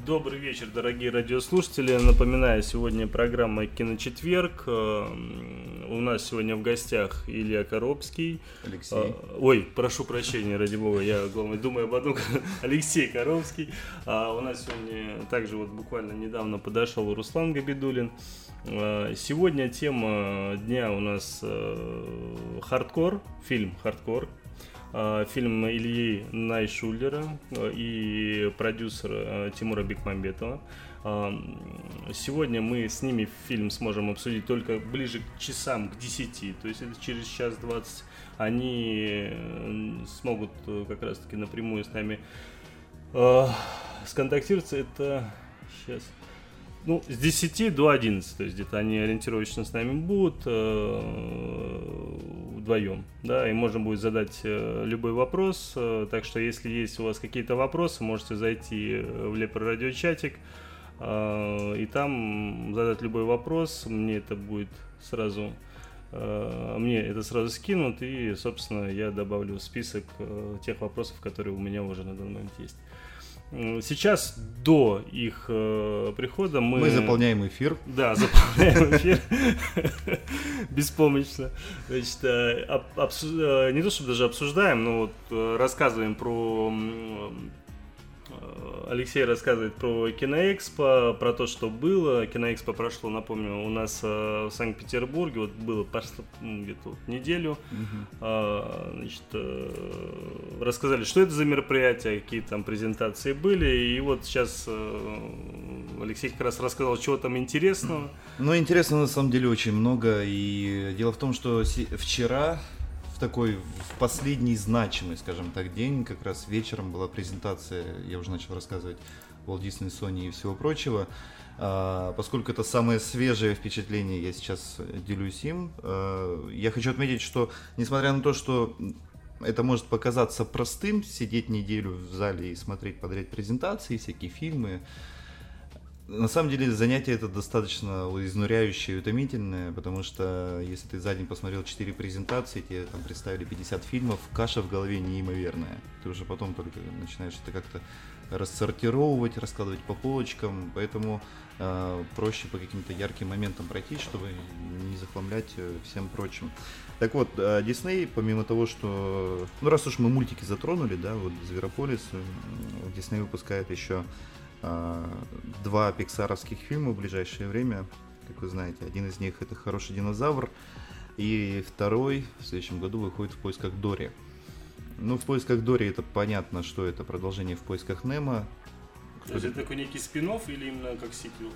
Добрый вечер, дорогие радиослушатели. Напоминаю, сегодня программа «Киночетверг». У нас сегодня в гостях Илья Коробский. Алексей. Ой, прошу прощения, ради бога, я, главное, думаю об одном. Алексей Коробский. У нас сегодня также вот буквально недавно подошел Руслан Габидуллин. Сегодня тема дня у нас «Хардкор», фильм «Хардкор». Фильм Ильи Найшуллера и продюсера Тимура Бекмамбетова. Сегодня мы с ними фильм сможем обсудить только ближе к часам, к 10, то есть это через час 20. Они смогут как раз таки напрямую с нами сконтактироваться. Это сейчас... с 10 до 11, то есть где-то они ориентировочно с нами будут вдвоем, да, и можно будет задать любой вопрос, так что если есть у вас какие-то вопросы, можете зайти в Лепро радиочатик и там задать любой вопрос, мне это сразу скинут, и, собственно, я добавлю в список тех вопросов, которые у меня уже на данный момент есть. Сейчас до их прихода мы заполняем эфир. Да, заполняем эфир беспомощно. Значит, не то чтобы даже обсуждаем, но вот рассказываем про... Алексей рассказывает про Киноэкспо, про то, что было. Киноэкспо прошло, напомню, у нас в Санкт-Петербурге, вот было где-то неделю. Значит, рассказали, что это за мероприятие, какие там презентации были. И вот сейчас Алексей как раз рассказал, чего там интересного. Интересного на самом деле очень много. И дело в том, что вчера... в последний значимый, скажем так, день, как раз вечером была презентация, я уже начал рассказывать, Walt Disney, Sony и всего прочего. Поскольку это самое свежее впечатление, я сейчас делюсь им. Я хочу отметить, что несмотря на то, что это может показаться простым, сидеть неделю в зале и смотреть подряд презентации, всякие фильмы, на самом деле занятие это достаточно изнуряющее и утомительное, потому что если ты за день посмотрел 4 презентации, тебе там представили 50 фильмов, каша в голове неимоверная. Ты уже потом только начинаешь это как-то рассортировывать, раскладывать по полочкам, поэтому проще по каким-то ярким моментам пройти, чтобы не захламлять всем прочим. Так вот, Disney, помимо того, что... раз уж мы мультики затронули, да, вот Зверополис, Disney выпускает еще 2 пиксаровских фильма в ближайшее время. Как вы знаете, один из них это «Хороший динозавр», и второй в следующем году выходит «В поисках Дори». В «Поисках Дори» это понятно, что это продолжение «В поисках Немо». То есть это такой некий спин-офф или именно как сиквел?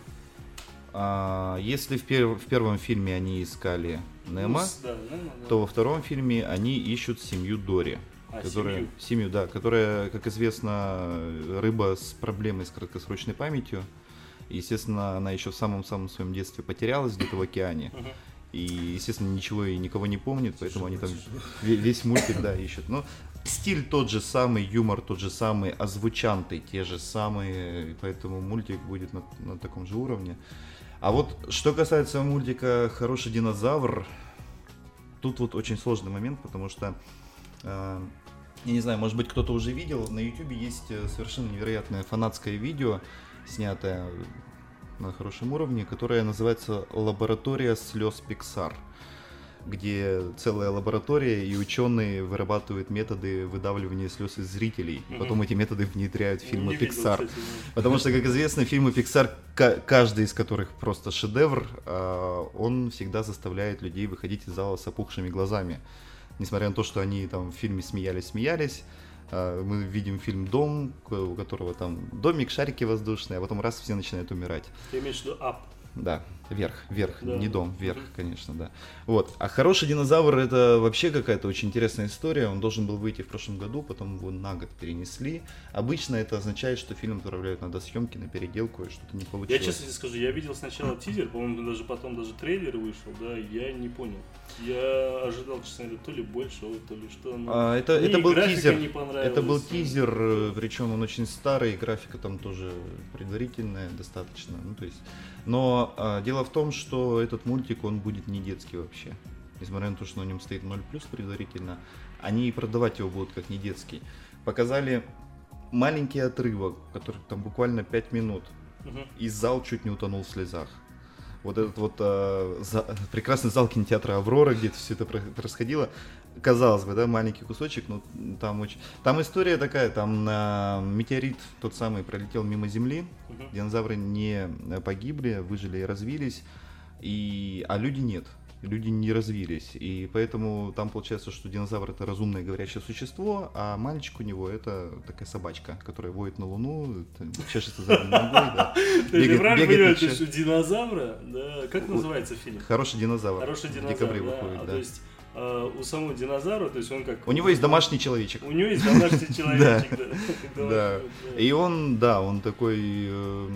Если в первом фильме они искали Немо, то во втором фильме они ищут семью Дори. Семью, да, которая, как известно, рыба с проблемой с краткосрочной памятью. И, естественно, она еще в самом-самом своем детстве потерялась где-то в океане. И, естественно, ничего и никого не помнит, поэтому они там весь мультик, да, ищут. Но стиль тот же самый, юмор тот же самый, озвучанты те же самые, поэтому мультик будет на таком же уровне. А вот, что касается мультика «Хороший динозавр», тут вот очень сложный момент, потому что... Я не знаю, может быть, кто-то уже видел, на YouTube есть совершенно невероятное фанатское видео, снятое на хорошем уровне, которое называется «Лаборатория слез Pixar», где целая лаборатория и ученые вырабатывают методы выдавливания слез из зрителей. Потом эти методы внедряют в фильмы Pixar. Потому что, как известно, фильмы Pixar, каждый из которых просто шедевр, он всегда заставляет людей выходить из зала с опухшими глазами. Несмотря на то, что они там в фильме смеялись, мы видим фильм «Дом», у которого там домик, шарики воздушные, а потом раз все начинают умирать. Ты имеешь в виду «Up»? Да, вверх, да. Не дом, вверх, конечно, да. Вот. А «Хороший динозавр» это вообще какая-то очень интересная история. Он должен был выйти в прошлом году, потом его на год перенесли. Обычно это означает, что фильм отправляют на досъемки, на переделку, и что-то не получилось. Я честно тебе скажу, я видел сначала тизер, по-моему, потом трейлер вышел, да, я не понял. Я ожидал, честно говоря, то ли большего, то ли что. Это был тизер. Это был тизер, причем он очень старый, графика там тоже предварительная достаточно. Но дело в том, что этот мультик, он будет не детский вообще. Несмотря на то, что на нем стоит 0+ предварительно, они продавать его будут как не детский. Показали маленький отрывок, который там буквально 5 минут, и зал чуть не утонул в слезах. Вот этот вот прекрасный зал кинотеатра «Аврора», где все это происходило, казалось бы, да, маленький кусочек, но там история такая, там метеорит тот самый пролетел мимо Земли, динозавры не погибли, выжили и развились, а люди нет. Люди не развились, и поэтому там получается, что динозавр — это разумное говорящее существо, а мальчик у него — это такая собачка, которая воет на Луну, чешется за ногой, да. Ты правильно понимаешь, что динозавра, да, как называется фильм? «Хороший динозавр». «Хороший динозавр», в декабре выходит, да. То есть у самого динозавра, то есть он как... У него есть домашний человечек. У него есть домашний человечек, да. И он такой...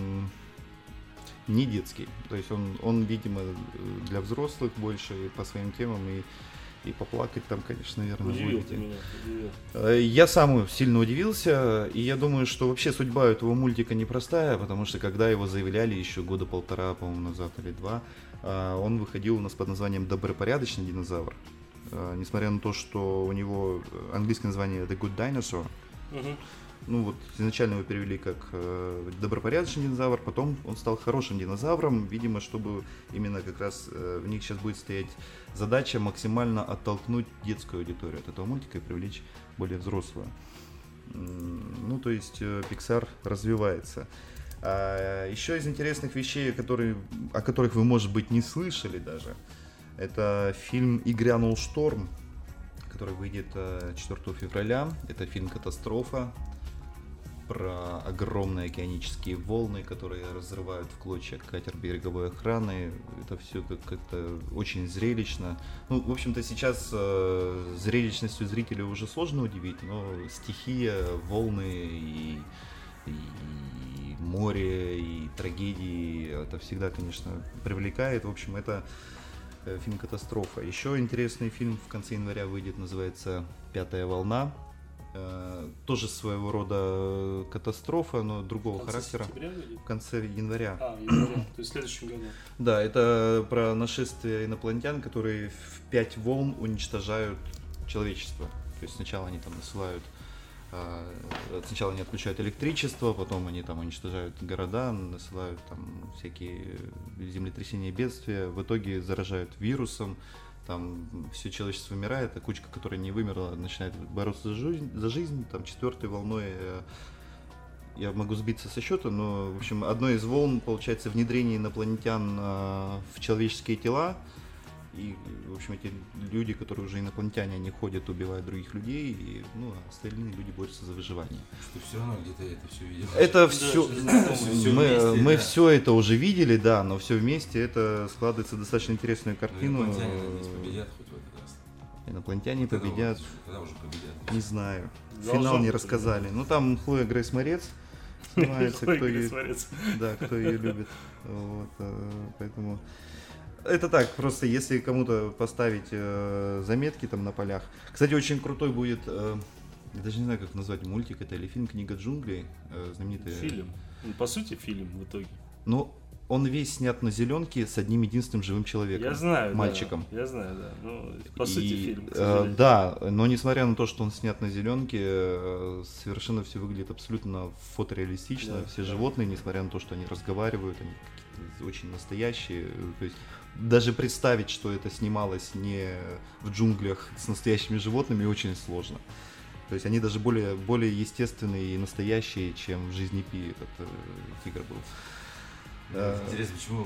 не детский, то есть он, видимо, для взрослых больше по своим темам, и поплакать там, конечно, наверное, будете. Я сам сильно удивился, и я думаю, что вообще судьба этого мультика непростая, потому что когда его заявляли еще года 1,5, по-моему, назад или 2, он выходил у нас под названием «Добропорядочный динозавр», несмотря на то, что у него английское название «The Good Dinosaur». Ну вот изначально его перевели как добропорядочный динозавр, потом он стал хорошим динозавром, видимо, чтобы именно как раз в них сейчас будет стоять задача максимально оттолкнуть детскую аудиторию от этого мультика и привлечь более взрослую. Ну, то есть Pixar развивается. Еще из интересных вещей, о которых вы, может быть, не слышали даже, это фильм «И грянул шторм», который выйдет 4 февраля. Это фильм «Катастрофа», про огромные океанические волны, которые разрывают в клочья катер береговой охраны. Это все как-то очень зрелищно. Ну, в общем-то, сейчас зрелищностью зрителя уже сложно удивить, но стихия, волны и море, и трагедии, это всегда, конечно, привлекает. В общем, это фильм «Катастрофа». Еще интересный фильм в конце января выйдет, называется «Пятая волна». Тоже своего рода катастрофа, но другого характера. В конце января. Января, то есть в следующем году. Да, это про нашествие инопланетян, которые в 5 волн уничтожают человечество. То есть сначала они там сначала они отключают электричество, потом они там уничтожают города, насылают там всякие землетрясения, бедствия, в итоге заражают вирусом. Там все человечество умирает, а кучка, которая не вымерла, начинает бороться за жизнь. Там 4-й волной, я могу сбиться со счета, но, в общем, одной из волн получается внедрение инопланетян в человеческие тела. И, в общем, эти люди, которые уже инопланетяне, они ходят, убивают других людей, и, остальные люди борются за выживание. Что все равно где-то это все видели. Это все, мы все это уже видели, да, но все вместе это складывается в достаточно интересную картину. Инопланетяне победят хоть в этот раз. Инопланетяне победят. Когда уже победят? Не знаю. Финал не рассказали. Ну там Хлоя Грейс Морец снимается, кто ее любит. Вот, поэтому. Это так, просто если кому-то поставить заметки там на полях. Кстати, очень крутой будет, я даже не знаю, как назвать, мультик это или фильм «Книга джунглей», знаменитый. Фильм. По сути, фильм в итоге. Ну, он весь снят на зеленке с одним единственным живым человеком. Я знаю, мальчиком. Да, я знаю, да. Ну, по сути, фильм. Да, но несмотря на то, что он снят на зеленке, совершенно все выглядит абсолютно фотореалистично. Все животные, несмотря на то, что они разговаривают, они какие-то очень настоящие. То есть даже представить, что это снималось не в джунглях с настоящими животными, очень сложно. То есть они даже более естественные и настоящие, чем в жизни Пи этот тигр был. Интересно, почему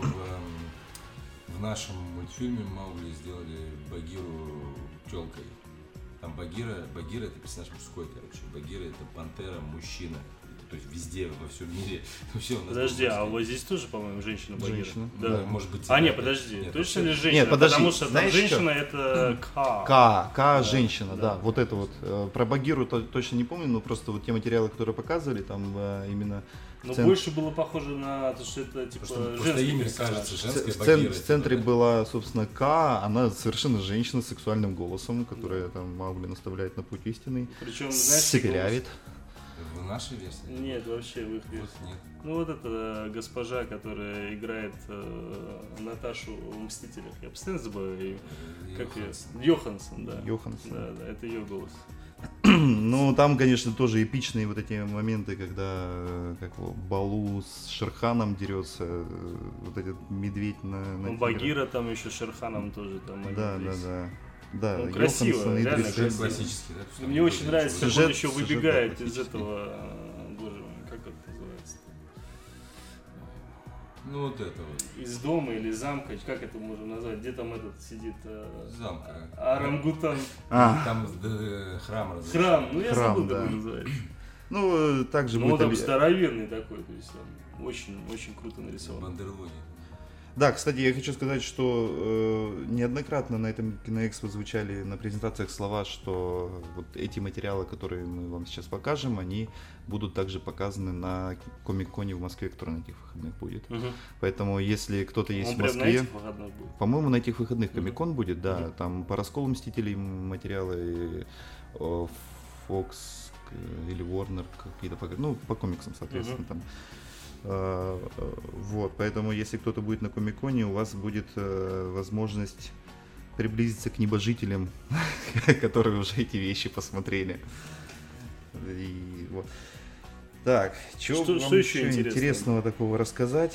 в нашем мультфильме Маугли сделали Багиру тёлкой? Там Багира это персонаж мужской, короче. Багира это пантера, мужчина. То есть везде, во всем мире. Вообще подожди, а вот здесь тоже, по-моему, женщина Багира. Женщина. Да, может быть. Нет, подожди. Точно ли женщина? Нет, подожди. Потому что там женщина это К, женщина, да. Вот это вот. Про Багиру точно не помню, но просто вот те материалы, которые показывали, там именно. Но больше было похоже на то, что это типа женское имя, кажется, женская Багира. В центре была, собственно, К, она совершенно женщина с сексуальным голосом, которая там Маугли наставляет на путь истинный. Причем, знаешь, сепелявит. В нашей версии? Нет, вообще в их версии. Нет. Ну вот эта госпожа, которая играет Наташу в «Мстителях». Я постоянно забываю ее. Как ее? Йоханссон, да. Йоханссон. Да, это ее голос. Ну, там, конечно, тоже эпичные вот эти моменты, когда Балу с Шерханом дерется, вот этот медведь на Багира там еще с Шерханом тоже там. Да, ну, красиво, реально красиво. Классический, да? Мне очень нравится, как сюжет, он еще выбегает из этого, боже мой, как это называется? Ну вот это вот. Из дома или замка, как это можем назвать? Где там этот сидит? Замка. Орангутан. Там храм разрешен. Храм, ну я Храм, забыл, да. как он называется. Ну, также Ну, будет... он там здоровенный такой, то есть он очень круто нарисован. Бандерлоги. Да, кстати, я хочу сказать, что неоднократно на этом Киноэкспо звучали на презентациях слова, что вот эти материалы, которые мы вам сейчас покажем, они будут также показаны на Комик-Коне в Москве, который на этих выходных будет. Поэтому, если кто-то есть он в Москве... прям на этих выходных будет? По-моему, на этих выходных Комик-Кон будет, да. Там по Расколу Мстителей материалы, Fox или Warner какие-то, ну, по комиксам, соответственно, там. Вот, поэтому если кто-то будет на Комик-Коне, у вас будет возможность приблизиться к небожителям, которые уже эти вещи посмотрели. И, вот. Так, что еще интересного такого рассказать?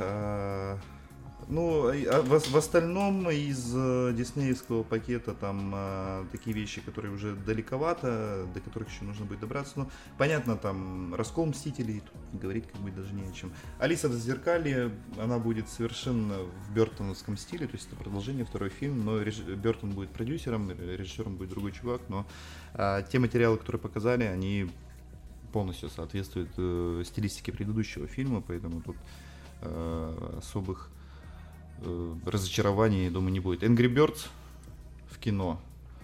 Ну, в остальном из диснеевского пакета там такие вещи, которые уже далековато, до которых еще нужно будет добраться. Ну, понятно, там Раскол Мстителей, тут говорить как бы даже не о чем. Алиса в Зазеркалье, она будет совершенно в бёртоновском стиле, то есть это продолжение, второй фильм, но Бёртон будет продюсером, режиссером будет другой чувак, но те материалы, которые показали, они полностью соответствуют стилистике предыдущего фильма, поэтому тут особых разочарований, думаю, не будет. Angry Birds в кино.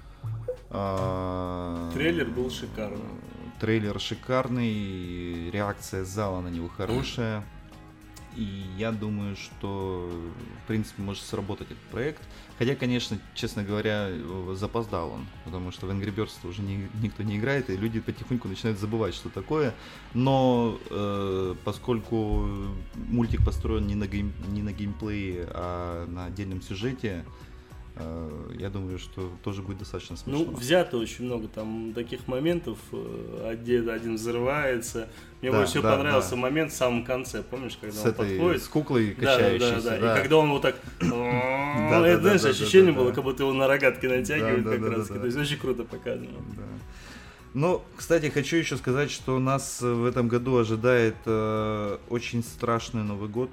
Трейлер был шикарный. Трейлер шикарный, реакция зала на него хорошая. И я думаю, что в принципе может сработать этот проект. Хотя, конечно, честно говоря, запоздал он, потому что в Angry Birds уже никто не играет, и люди потихоньку начинают забывать, что такое. Но поскольку мультик построен не на геймплее, а на отдельном сюжете, я думаю, что тоже будет достаточно смешно. Ну, взято очень много там таких моментов, один взрывается. Мне больше всего понравился момент в самом конце, помнишь, когда он подходит? С куклой качающейся. Да. И когда он вот так... Это, знаешь, ощущение было, как будто его на рогатки натягивают как раз. То есть очень круто показано. Ну, кстати, хочу еще сказать, что нас в этом году ожидает очень страшный Новый год.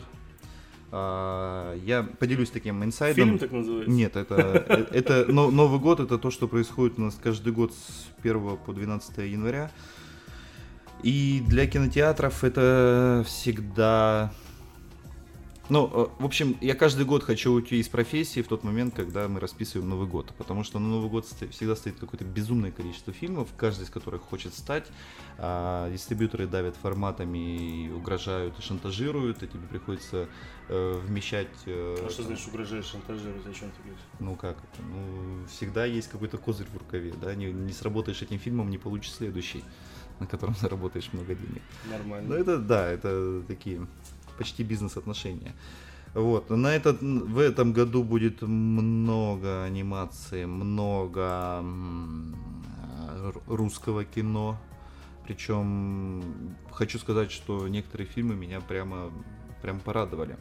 Я поделюсь таким инсайдом. Фильм так называется? Нет, это Новый год, это то, что происходит у нас каждый год с 1 по 12 января. И для кинотеатров это всегда... Ну, в общем, я каждый год хочу уйти из профессии в тот момент, когда мы расписываем Новый год. Потому что на Новый год всегда стоит какое-то безумное количество фильмов, каждый из которых хочет стать. Дистрибьюторы давят форматами, и угрожают и шантажируют, и тебе приходится вмещать... что значит угрожаешь, шантажируют? О чем ты говоришь? Ну как это? Ну, всегда есть какой-то козырь в рукаве, да? Не сработаешь этим фильмом, не получишь следующий, на котором заработаешь много денег. Нормально. Ну это такие... почти бизнес-отношения. Вот. В этом году будет много анимации, много русского кино. Причем хочу сказать, что некоторые фильмы меня прям порадовали.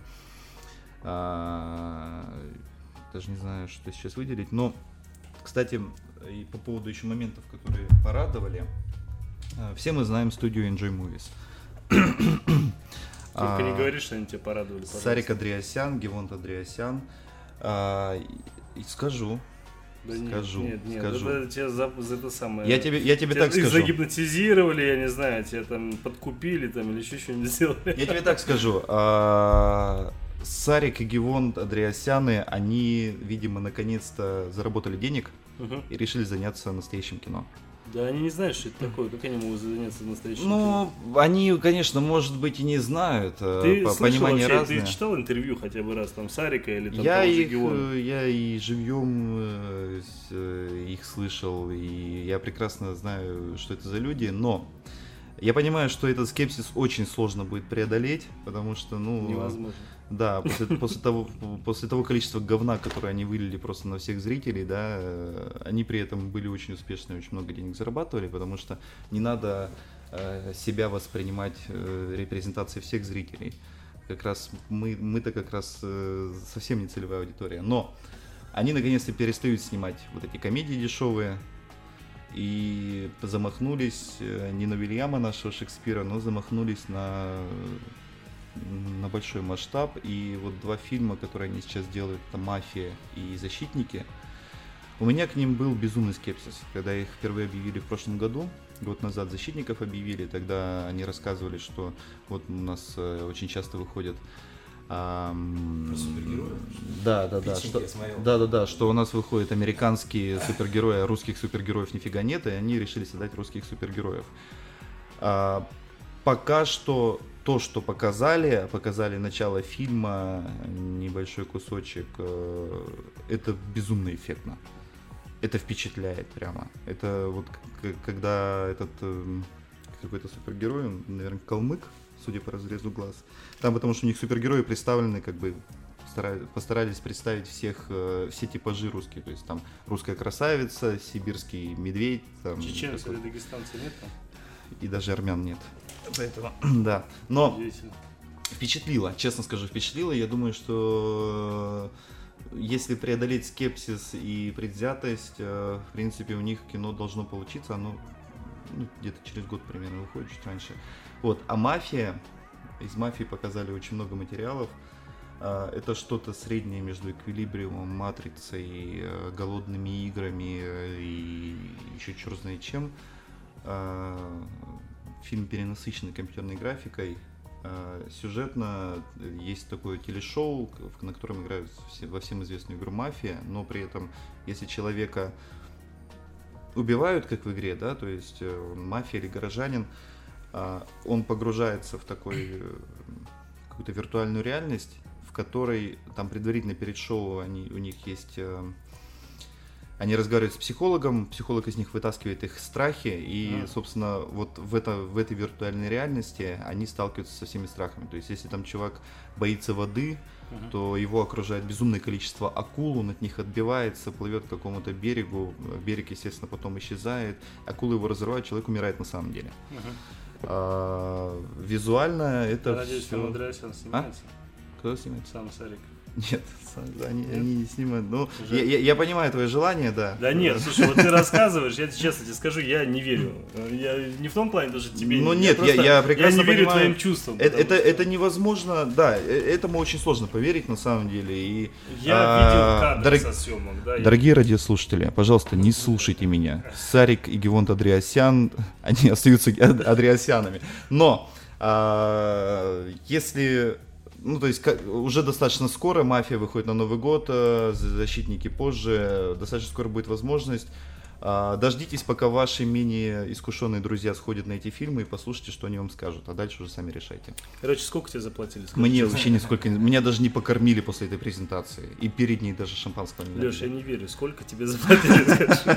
Даже не знаю, что сейчас выделить. Но, кстати, и по поводу еще моментов, которые порадовали. Все мы знаем студию Enjoy Movies. Только не говори, что они тебя порадовали, пожалуйста. Сарик Андреасян, Гевонт Андреасян. Скажу. Да скажу. Нет, скажу. Это тебя за это самое. Я тебе так скажу. Загипнотизировали, я не знаю, тебя там подкупили там или еще что-нибудь сделали. Я тебе так скажу. Сарик и Гевонт Андреасяны, они, видимо, наконец-то заработали денег и решили заняться настоящим кино. Да они не знают, что это такое, как они могут заняться настоящим кино? Ну, они, конечно, может быть, и не знают. Ты понимание вообще, разное. Ты читал интервью хотя бы раз там Сарика или там я и живьем их слышал, и я прекрасно знаю, что это за люди, но Я понимаю, что этот скепсис очень сложно будет преодолеть, потому что, невозможно. Да, после того количества говна, которое они вылили просто на всех зрителей, да, они при этом были очень успешны, очень много денег зарабатывали, потому что не надо себя воспринимать репрезентацией всех зрителей. Как раз мы-то как раз совсем не целевая аудитория. Но они наконец-то перестают снимать вот эти комедии дешевые и замахнулись не на Вильяма нашего Шекспира, но замахнулись на большой масштаб. И вот 2 фильма, которые они сейчас делают, это «Мафия» и «Защитники», у меня к ним был безумный скепсис, когда их впервые объявили в прошлом году. Год назад «Защитников» объявили, тогда они рассказывали, что вот у нас очень часто выходят супергероев? Да, что у нас выходят американские супергерои, а русских супергероев нифига нет, и они решили создать русских супергероев. Пока что то, что показали начало фильма, небольшой кусочек, это безумно эффектно. Это впечатляет прямо. Это вот когда этот какой-то супергерой, он, наверное, калмык, судя по разрезу глаз. Там потому что у них супергерои представлены, как бы постарались представить все типажи русские. То есть там русская красавица, сибирский медведь. Там, чеченцы или дагестанцы нет там? И даже армян нет. Поэтому, да. Но впечатлило, честно скажу, впечатлило. Я думаю, что если преодолеть скепсис и предвзятость, в принципе, у них кино должно получиться. Оно где-то через год примерно выходит, чуть раньше. Вот. А «Мафия», из «Мафии» показали очень много материалов. Это что-то среднее между «Эквилибриумом», «Матрицей», «Голодными играми» и еще черт знает чем. Фильм перенасыщенный компьютерной графикой. Сюжетно есть такое телешоу, на котором играют во всем известную игру «Мафия», но при этом, если человека убивают, как в игре, да, то есть он мафия или горожанин, он погружается в какую-то виртуальную реальность, в которой там предварительно перед шоу у них есть... Они разговаривают с психологом, психолог из них вытаскивает их страхи, и, собственно, вот в этой виртуальной реальности они сталкиваются со всеми страхами. То есть, если там чувак боится воды, то его окружает безумное количество акул, он от них отбивается, плывет к какому-то берегу, берег, естественно, потом исчезает, акулы его разрывают, человек умирает на самом деле. Визуально это я надеюсь, там Андреасян снимается. Кто снимается? Сам Сарик. Нет, они не снимают. Ну, я понимаю твое желание, да. Да нет, слушай, вот ты рассказываешь, я честно тебе скажу, я не верю. Я не в том плане даже тебе. Ну нет, я прекрасно не верю понимаю, твоим чувствам. Это невозможно, да, этому очень сложно поверить на самом деле. И, я видел кадры со съемок, да. Дорогие радиослушатели, пожалуйста, не слушайте меня. Сарик и Гевонт Андреасян, они остаются Андреасянами. Но если... Ну, то есть, уже достаточно скоро «Мафия» выходит на Новый год, «Защитники» позже, достаточно скоро будет возможность. Дождитесь, пока ваши менее искушенные друзья сходят на эти фильмы и послушайте, что они вам скажут, а дальше уже сами решайте. Короче, сколько тебе заплатили? Мне вообще нисколько, меня даже не покормили после этой презентации, и перед ней даже шампанского не Леш, я не верю, сколько тебе заплатили,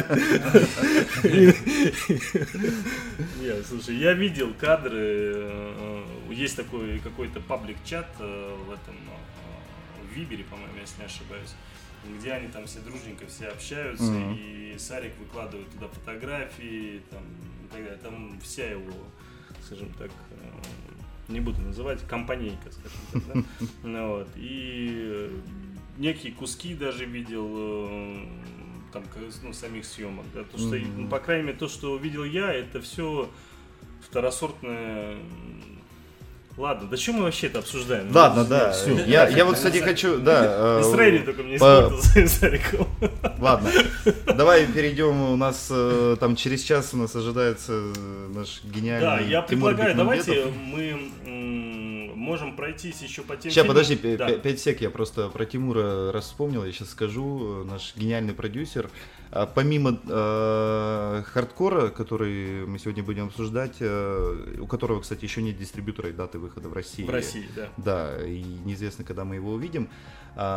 Нет, слушай, я видел кадры, есть такой какой-то паблик-чат в этом, в Вибере, по-моему, если не ошибаюсь, где они там все дружненько все общаются, и Сарик выкладывает туда фотографии, там, и так далее. Там вся его, скажем так, не буду называть, компанейка, скажем так, да? Ну, вот. И некие куски даже видел там, самих съемок, да? То, что, по крайней мере, то, что видел я, это все второсортное. Ладно, да что мы вообще это обсуждаем? Ладно, да. Я вот, кстати, хочу... Да, Настроение только мне испортился с Сариком. Ладно, давай перейдем. У нас там через час у нас ожидается наш гениальный Да, я Тимур предлагаю, Бекмамбетов. давайте мы можем пройтись еще по тем Сейчас, фильмам. подожди, 5 сек, я просто про Тимура раз вспомнил, я сейчас скажу. Наш гениальный продюсер. Помимо хардкора, который мы сегодня будем обсуждать, у которого, кстати, еще нет дистрибьютора и даты выхода в России. В России, да. Да, и неизвестно, когда мы его увидим.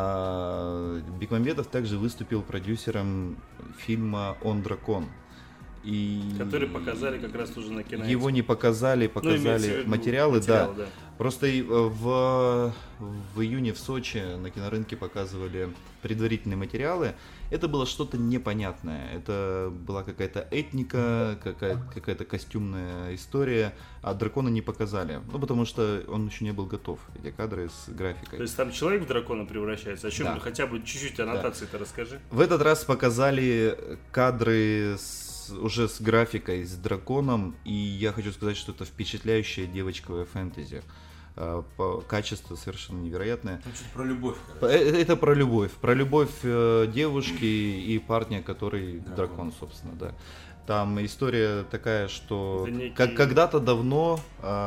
Бекмамбетов также выступил продюсером фильма «Он дракон». Который показали как раз уже на кино. Его не показали материалы, да. Просто в июне в Сочи на кинорынке показывали предварительные материалы. Это было что-то непонятное. Это была какая-то этника, какая-то костюмная история, а дракона не показали. Ну, потому что он еще не был готов, эти кадры с графикой. То есть там человек в дракона превращается? О чем? Да. Хотя бы чуть-чуть аннотации-то расскажи. В этот раз показали кадры уже с графикой, с драконом, и я хочу сказать, что это впечатляющее девочковое фэнтези. По качеству совершенно невероятное. Это про любовь, короче. Это про любовь. Про любовь девушки и парня, который дракон, собственно, да. Там история такая, что когда-то давно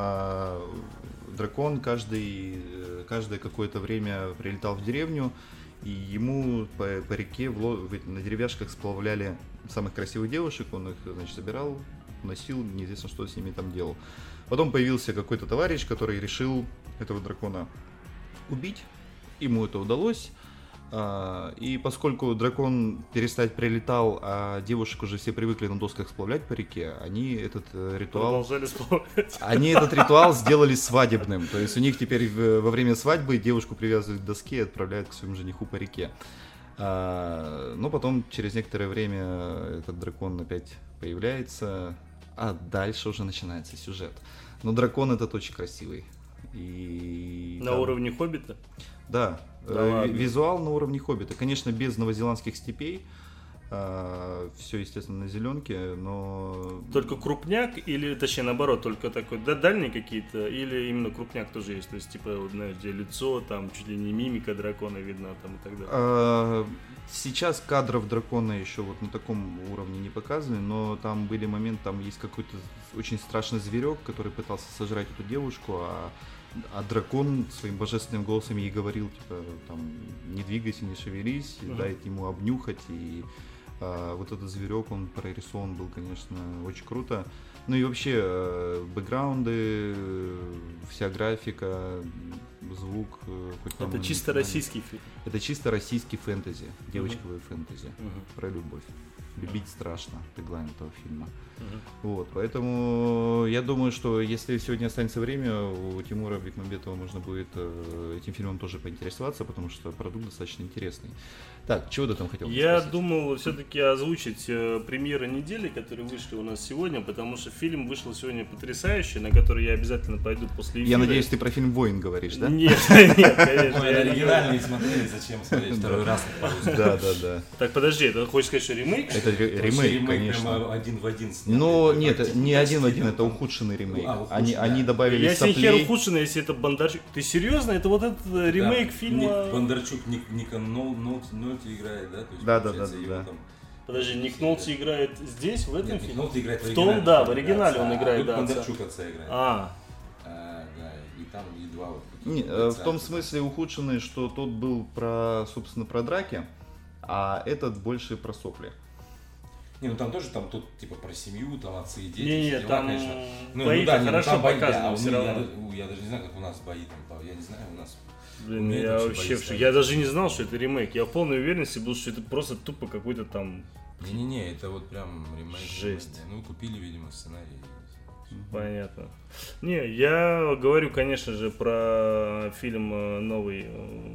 дракон каждое какое-то время прилетал в деревню, и ему по реке на деревяшках сплавляли самых красивых девушек, он их, значит, собирал, носил, неизвестно, что с ними там делал. Потом появился какой-то товарищ, который решил этого дракона убить. Ему это удалось. И поскольку дракон перестать прилетал, а девушек уже все привыкли на досках сплавлять по реке, они этот ритуал сделали свадебным. То есть у них теперь во время свадьбы девушку привязывают к доске и отправляют к своему жениху по реке. Но потом через некоторое время этот дракон опять появляется, а дальше уже начинается сюжет. Но дракон этот очень красивый. И на уровне Хоббита? Да, визуал на уровне Хоббита. Конечно, без новозеландских степей. Все, естественно, на зеленке, но... Только крупняк или, точнее, наоборот, только такой дальние какие-то, или именно крупняк тоже есть? То есть, типа, вот, знаешь, где лицо, там, чуть ли не мимика дракона видна, там, и так далее. Сейчас кадров дракона еще вот на таком уровне не показаны, но там были моменты, там есть какой-то очень страшный зверек, который пытался сожрать эту девушку, а дракон своим божественным голосом ей говорил, типа, там, не двигайся, не шевелись, дай ему обнюхать, и вот этот зверек, он прорисован был, конечно, очень круто. Ну и вообще, бэкграунды, вся графика, звук. Это чисто российский фильм? Это чисто российский фэнтези, девочковое фэнтези, про любовь. Любить страшно, теглайн этого фильма. Вот, поэтому я думаю, что если сегодня останется время, у Тимура Бекмамбетова можно будет этим фильмом тоже поинтересоваться, потому что продукт достаточно интересный. Так, чего ты там хотел спросить? Я думал все-таки озвучить премьеры недели, которые вышли у нас сегодня, потому что фильм вышел сегодня потрясающий, на который я обязательно пойду после эфира. Я надеюсь, ты про фильм «Воин» говоришь, да? Нет, конечно. Мы оригинальные смотрели, зачем смотреть второй раз по-русски? Да. Так, подожди, ты хочешь сказать, что ремейк? Это ремейк, конечно. Прямо один в один снят. Но нет, не один в один, это ухудшенный ремейк. Они добавили соплей. Я себе хер ухудшенный, если это Бондарчук. Ты серьезно? Это вот этот ремейк фильма? Бондарчук Ника Нолти играет, Да. да? Подожди, Ник Нолти играет здесь, в этом фильме? Ник Нолти играет в оригинале. В том, да, в оригинале он играет, да. Бондарчук отца играет. Да, и там и два вот. В том смысле ухудшенный, что тот был собственно, про драки, а этот больше про сопли. Не, ну там тоже, там тут типа про семью, там отцы и дети. Нет, там конечно. бои хорошо показаны все равно. Я даже не знаю, как у нас бои там, я не знаю, у нас... Блин, я вообще я даже не знал, что это ремейк. Я в полной уверенности был, что это просто тупо какой-то там... Не-не-не, это вот прям ремейк. Жесть. Ну, купили, видимо, сценарий. Понятно. Не, я говорю, конечно же, про фильм новый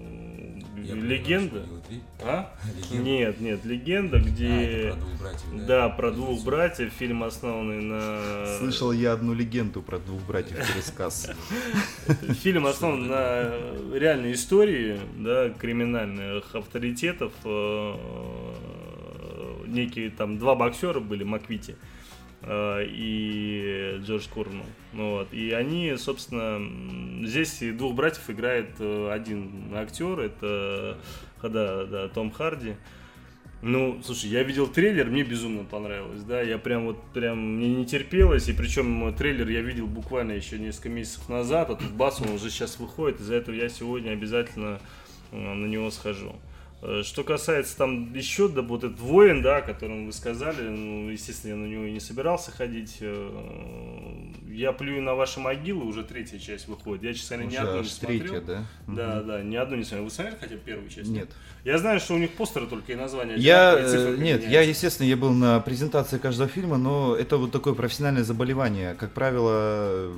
«Легенда». Нет, «Легенда», где... про двух братьев, да? Да, про двух братьев. Фильм основанный на... Слышал я одну легенду про двух братьев пересказ. Фильм основан на реальной истории, да, криминальных авторитетов. Некие там два боксера были, Маквити и Джордж Курнелл. Вот. И они, собственно, здесь двух братьев играет один актер, это Том Харди. Ну, слушай, я видел трейлер, мне безумно понравилось, да, я прям мне не терпелось, и причем трейлер я видел буквально еще несколько месяцев назад, а тут бас, он уже сейчас выходит, из-за этого я сегодня обязательно на него схожу. Что касается там еще, да, вот этот «Воин», да, о котором вы сказали, ну, естественно, я на него и не собирался ходить. Я плюю на ваши могилы, уже 3-я часть выходит. Я, честно говоря, ни одну не смотрел. 3-я, да? Да, ни одну не смотрел. Вы смотрели хотя бы первую часть? Нет. Я знаю, что у них постеры только и названия. Естественно, я был на презентации каждого фильма, но это вот такое профессиональное заболевание. Как правило,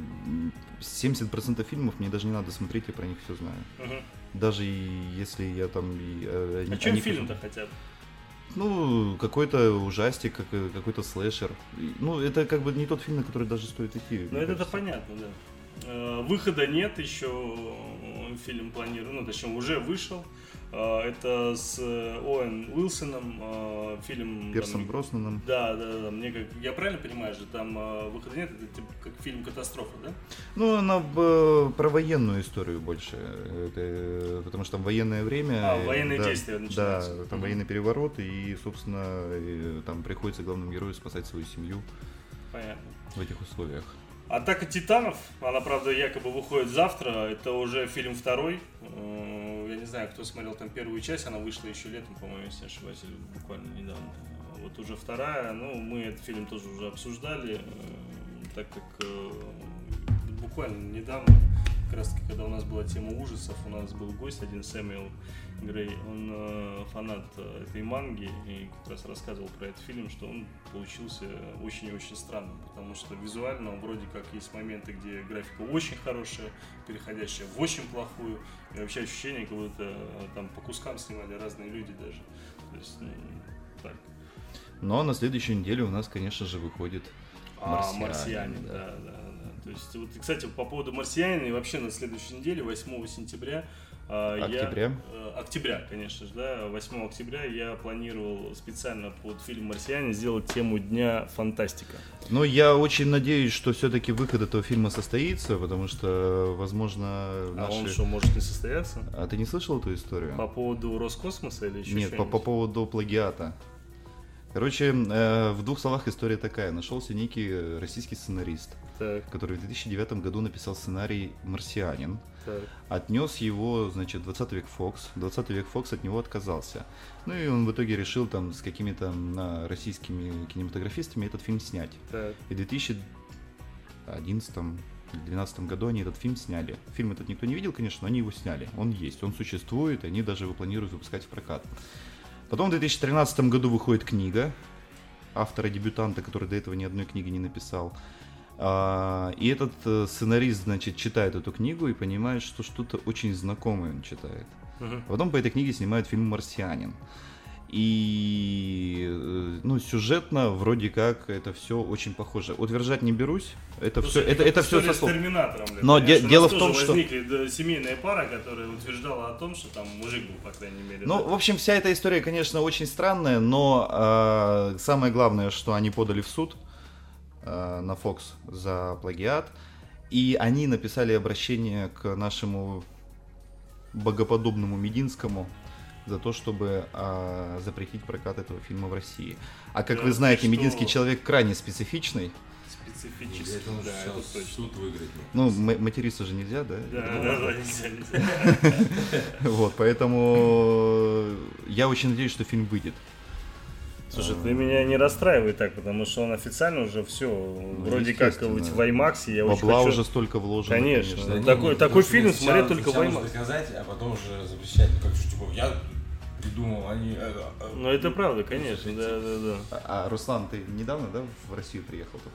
70% фильмов мне даже не надо смотреть, я про них все знаю. Даже если я там... А чем фильм-то хотя бы? Ну, какой-то ужастик, какой-то слэшер. Ну, это как бы не тот фильм, на который даже стоит идти. Ну, это понятно, да. Выхода нет, еще фильм планирую, ну, точнее, уже вышел. Это с Оуэн Уилсоном, фильм... Пирсом Броснаном. Да. Я правильно понимаю, что там выхода нет, это типа как фильм «Катастрофа», да? Ну, она про военную историю больше, потому что там военное время. Военные действия начинаются. Да, там военный переворот, и, собственно, там приходится главному герою спасать свою семью. Понятно. В этих условиях. «Атака титанов», она, правда, якобы выходит завтра, это уже фильм 2-й. Я не знаю, кто смотрел там первую часть, она вышла еще летом, по-моему, если не ошибаюсь, буквально недавно. Вот уже 2-я, ну, мы этот фильм тоже уже обсуждали, так как буквально недавно, как раз таки, когда у нас была тема ужасов, у нас был гость один, Сэмюэл Грей, он фанат этой манги и как раз рассказывал про этот фильм, что он получился очень и очень странным, потому что визуально вроде как есть моменты, где графика очень хорошая, переходящая в очень плохую, и вообще ощущение, как будто там по кускам снимали разные люди даже. То есть, так. Но на следующей неделе у нас, конечно же, выходит «Марсианин», да. То есть, вот, кстати, по поводу «Марсианина» и вообще на следующей неделе, 8 сентября, Октября, конечно же, да. 8 октября я планировал специально под фильм «Марсианин» сделать тему Дня фантастика. Ну, я очень надеюсь, что все-таки выход этого фильма состоится, потому что, возможно, он что, может не состояться? А ты не слышал эту историю? По поводу Роскосмоса или еще Нет, что-нибудь? по поводу плагиата. Короче, в 2 словах история такая. Нашелся некий российский сценарист, который в 2009 году написал сценарий «Марсианин». Так. Отнес его, значит, 20 век Фокс. 20 век Фокс от него отказался. Ну и он в итоге решил там с какими-то российскими кинематографистами этот фильм снять. Так. И в 2011-2012 году они этот фильм сняли. Фильм этот никто не видел, конечно, но они его сняли. Он есть, он существует, и они даже его планируют выпускать в прокат. Потом в 2013 году выходит книга автора-дебютанта, который до этого ни одной книги не написал. И этот сценарист, значит, читает эту книгу и понимает, что что-то очень знакомое он читает. Потом по этой книге снимают фильм «Марсианин». И, ну, сюжетно вроде как это все очень похоже. Утверждать не берусь. Это все со слов. Но дело в том, что возникли семейная пара, которая утверждала о том, что там мужик был, по крайней мере. Ну, в общем, вся эта история, конечно, очень странная, но самое главное, что они подали в суд на Fox за плагиат, и они написали обращение к нашему богоподобному Мединскому за то, чтобы запретить прокат этого фильма в России. А как вы знаете, Мединский человек крайне специфичный. Специфический, это сейчас суд выиграть. Ну, материться же нельзя, да? Да, нельзя. Вот, поэтому я очень надеюсь, что фильм выйдет. Слушай, ты меня не расстраивай так, потому что он официально уже все, вроде как в IMAX, я очень бабла хочу... уже столько вложено. Конечно. Такой фильм смотреть только в IMAX. Доказать, а потом уже запрещать. Как же, типа, я придумал, они... Ну это правда, конечно, да. А Руслан, ты недавно, да, в Россию приехал только?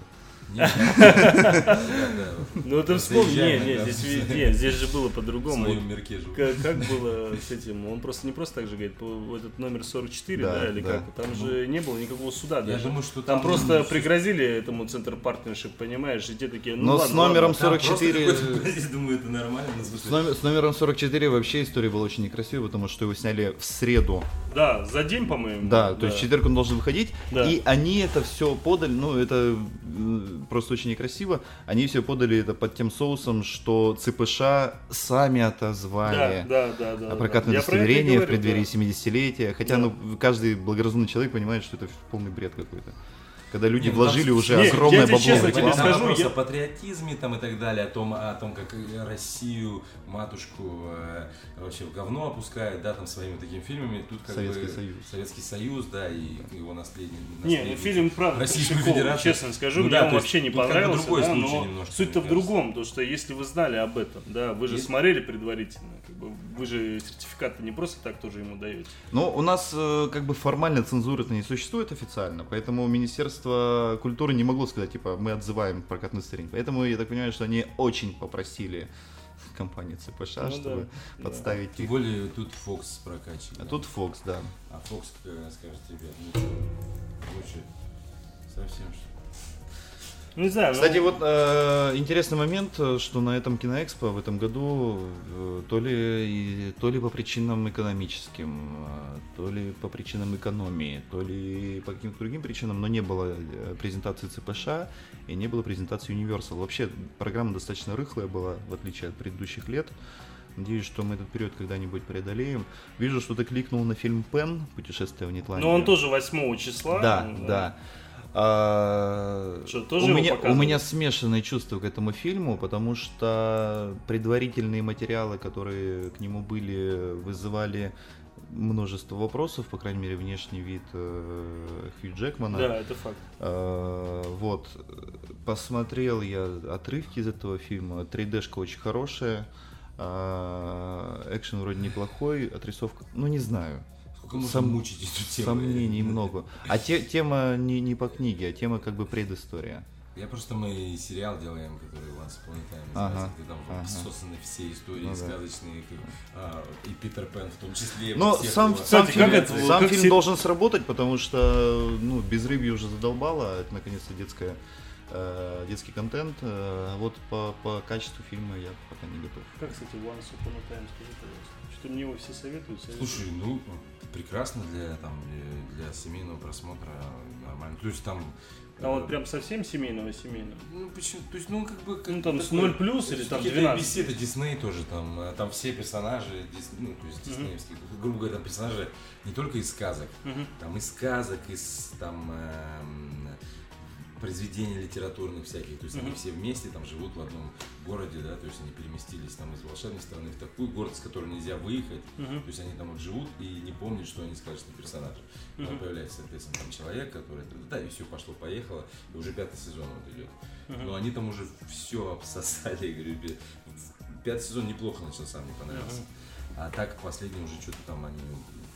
Ну ты вспомни, здесь же было по-другому. В своем мирке живу. Как было с этим? Он просто не просто так же говорит, этот номер 44, да, или как? Там же не было никакого суда даже. Я думаю, что там просто пригрозили этому Центр Партнершип, понимаешь, и те такие, ну ладно. Но с номером 44... Думаю, это нормально. С номером 44 вообще история была очень некрасивая, потому что его сняли в среду. Да, за день, по-моему. Да, то есть в четверг он должен выходить, и они это все подали, ну это просто очень некрасиво, они все подали это под тем соусом, что ЦПШ сами отозвали прокатное удостоверение в преддверии 70-летия, хотя каждый благоразумный человек понимает, что это полный бред какой-то. когда люди вложили уже огромное бабло в рекламу. Вопрос о патриотизме там и так далее, о том, как Россию, матушку вообще в говно опускают, да, там своими такими фильмами. Тут как Советский Союз, да, и его наследие. Не, фильм, правда, Российскую Федерацию. Честно скажу, мне он вообще не понравился, да, но суть-то в другом, потому что если вы знали об этом, да, вы же смотрели предварительно, как бы, вы же сертификат не просто так тоже ему даете. Ну, у нас как бы формально цензуры-то не существует официально, поэтому Министерство культуры не могло сказать, типа, мы отзываем прокатный стрим. Поэтому я так понимаю, что они очень попросили компанию ЦПШ, чтобы подставить их. Тем более тут Fox прокачивает. А тут Fox, да. А Fox скажет, ребят, ну что, лучше совсем что. Не знаю. Кстати, вот интересный момент, что на этом киноэкспо в этом году то ли по причинам экономическим, то ли по причинам экономии, то ли по каким-то другим причинам, но не было презентации ЦПШ и не было презентации Universal. Вообще программа достаточно рыхлая была, в отличие от предыдущих лет. Надеюсь, что мы этот период когда-нибудь преодолеем. Вижу, что ты кликнул на фильм «Пен. Путешествие в Нетландию». Ну, он тоже 8 числа. Да. У меня смешанные чувства к этому фильму, потому что предварительные материалы, которые к нему были, вызывали множество вопросов, по крайней мере, внешний вид Хью Джекмана. Да, это факт. Вот. Посмотрел я отрывки из этого фильма. 3D-шка очень хорошая, экшен вроде неплохой, отрисовка, ну не знаю. Сколько можно мучить эту тему? Сомнений много. А тема не по книге, а тема как бы предыстория. Мы сериал делаем, который Once Upon a Time называется, где там созданы все истории сказочные, и Питер Пен в том числе. Но сам фильм должен сработать, потому что без рыбьи уже задолбало, это наконец-то детский контент. Вот по качеству фильма я пока не готов. Как, кстати, Once Upon a Time, скажи, пожалуйста. Что мне его все советуют. Слушай, прекрасно для семейного просмотра, нормально. То есть там... А вот прям совсем семейного? Ну, почему? То есть, там такой, с 0 плюс или там 12? Это Дисней тоже, там все персонажи, то есть диснеевские, грубо говоря, там персонажи не только из сказок, там из сказок, из там произведений литературных всяких, то есть они все вместе там живут в одном городе, да, то есть они переместились там из волшебной страны в такой город, с которого нельзя выехать, то есть они там вот живут и не помнят, что они сказочные персонажи. Там появляется, соответственно, там человек, который, да, и все пошло-поехало, и уже 5-й сезон вот идет. Но они там уже все обсосали, я говорю, 5-й сезон неплохо начался, мне понравился. А так последний уже что-то там они...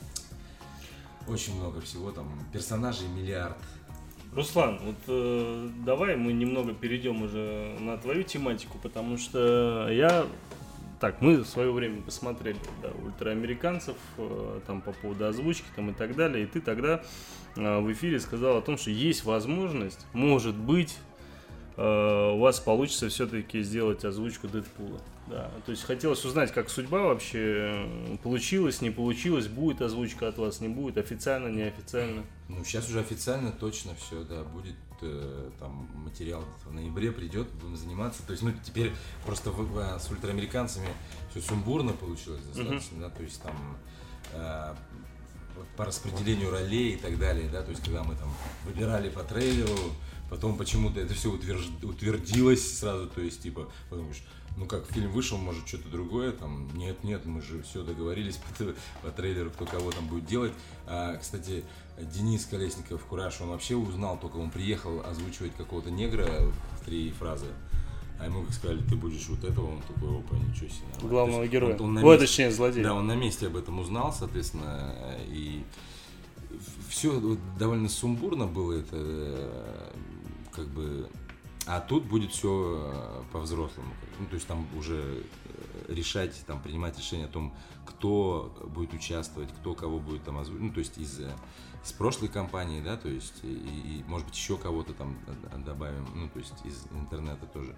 Очень много всего, там персонажей миллиард. Руслан, вот давай мы немного перейдем уже на твою тематику, потому что мы в свое время посмотрели ультраамериканцев, там по поводу озвучки там и так далее, и ты тогда в эфире сказал о том, что есть возможность, может быть, у вас получится все-таки сделать озвучку Дэдпула. Да, то есть хотелось узнать, как судьба вообще получилась, не получилась, будет озвучка от вас, не будет, официально, неофициально. Ну, сейчас уже официально точно все, да, будет там материал в ноябре придет, будем заниматься. То есть, теперь просто с ультраамериканцами все сумбурно получилось достаточно, да, то есть там по распределению ролей и так далее, да, то есть когда мы там выбирали по трейлеру, потом почему-то это все утвердилось сразу, то есть типа, потому что фильм вышел, может, что-то другое, там, нет, мы же все договорились по трейлеру, кто кого там будет делать. Кстати, Денис Колесников, Кураж, он вообще узнал, только он приехал озвучивать какого-то негра в 3 фразы, а ему как сказали, ты будешь вот этого, он такой, опа, ничего себе. Главного героя, точнее, злодея. Да, он на месте об этом узнал, соответственно, и все довольно сумбурно было это, как бы... А тут будет все по-взрослому. То есть там уже решать, там принимать решение о том, кто будет участвовать, кто кого будет там озвучивать. То есть из прошлой кампании, да, то есть и может быть еще кого-то там добавим, то есть из интернета тоже.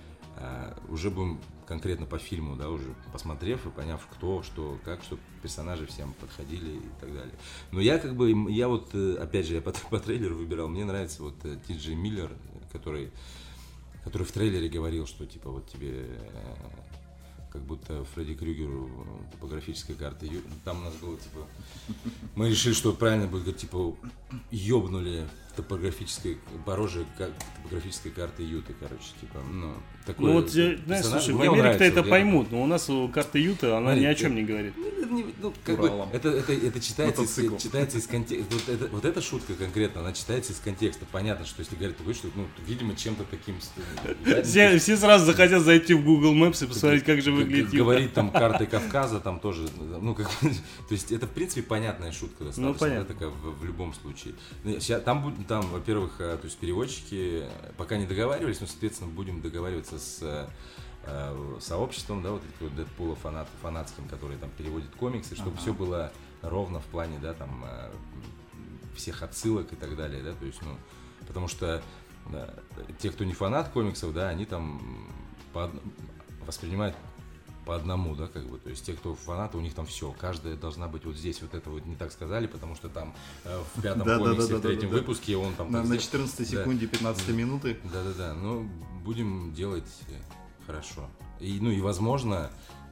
Уже будем конкретно по фильму, да, уже посмотрев и поняв, кто, что, как, чтобы персонажи всем подходили и так далее. Но я опять же, я по трейлеру выбирал, мне нравится вот Ти Джей Миллер, который в трейлере говорил, что типа вот тебе как будто Фредди Крюгеру топографическая карта. Там у нас было, типа, мы решили, что правильно будет говорить, типа, ёбнули порожье топографической карты Юты, короче, типа, ну, такое. Ну вот, знаешь, слушай, в Америке-то это поймут, но у нас карта Юты, она ни о чем не говорит. Ну, как бы, это читается из контекста. Вот эта шутка конкретно, она читается из контекста. Понятно, что если говорят такое, что, ну, видимо, чем-то таким... Все сразу захотят зайти в Google Maps и посмотреть, как же выглядит Юта. Говорить там картой Кавказа, там тоже, ну, как, то есть это, в принципе, понятная шутка достаточно, ну, понятно. Такая в любом случае. Там, во-первых, то есть переводчики пока не договаривались, но, соответственно, будем договариваться с сообществом, да, вот этих Дэдпула фанатским, которые там переводят комиксы, чтобы все было ровно в плане, да, там, всех отсылок и так далее, да, то есть, ну, потому что да, те, кто не фанат комиксов, да, они там воспринимают по одному, да, как бы, то есть те, кто фанаты, у них там все, каждая должна быть вот здесь, вот это вот не так сказали, потому что там в пятом комиксе, в третьем выпуске он там... На 14 секунде 15 минуты. Да-да-да, ну, будем делать хорошо. И, ну, и возможно,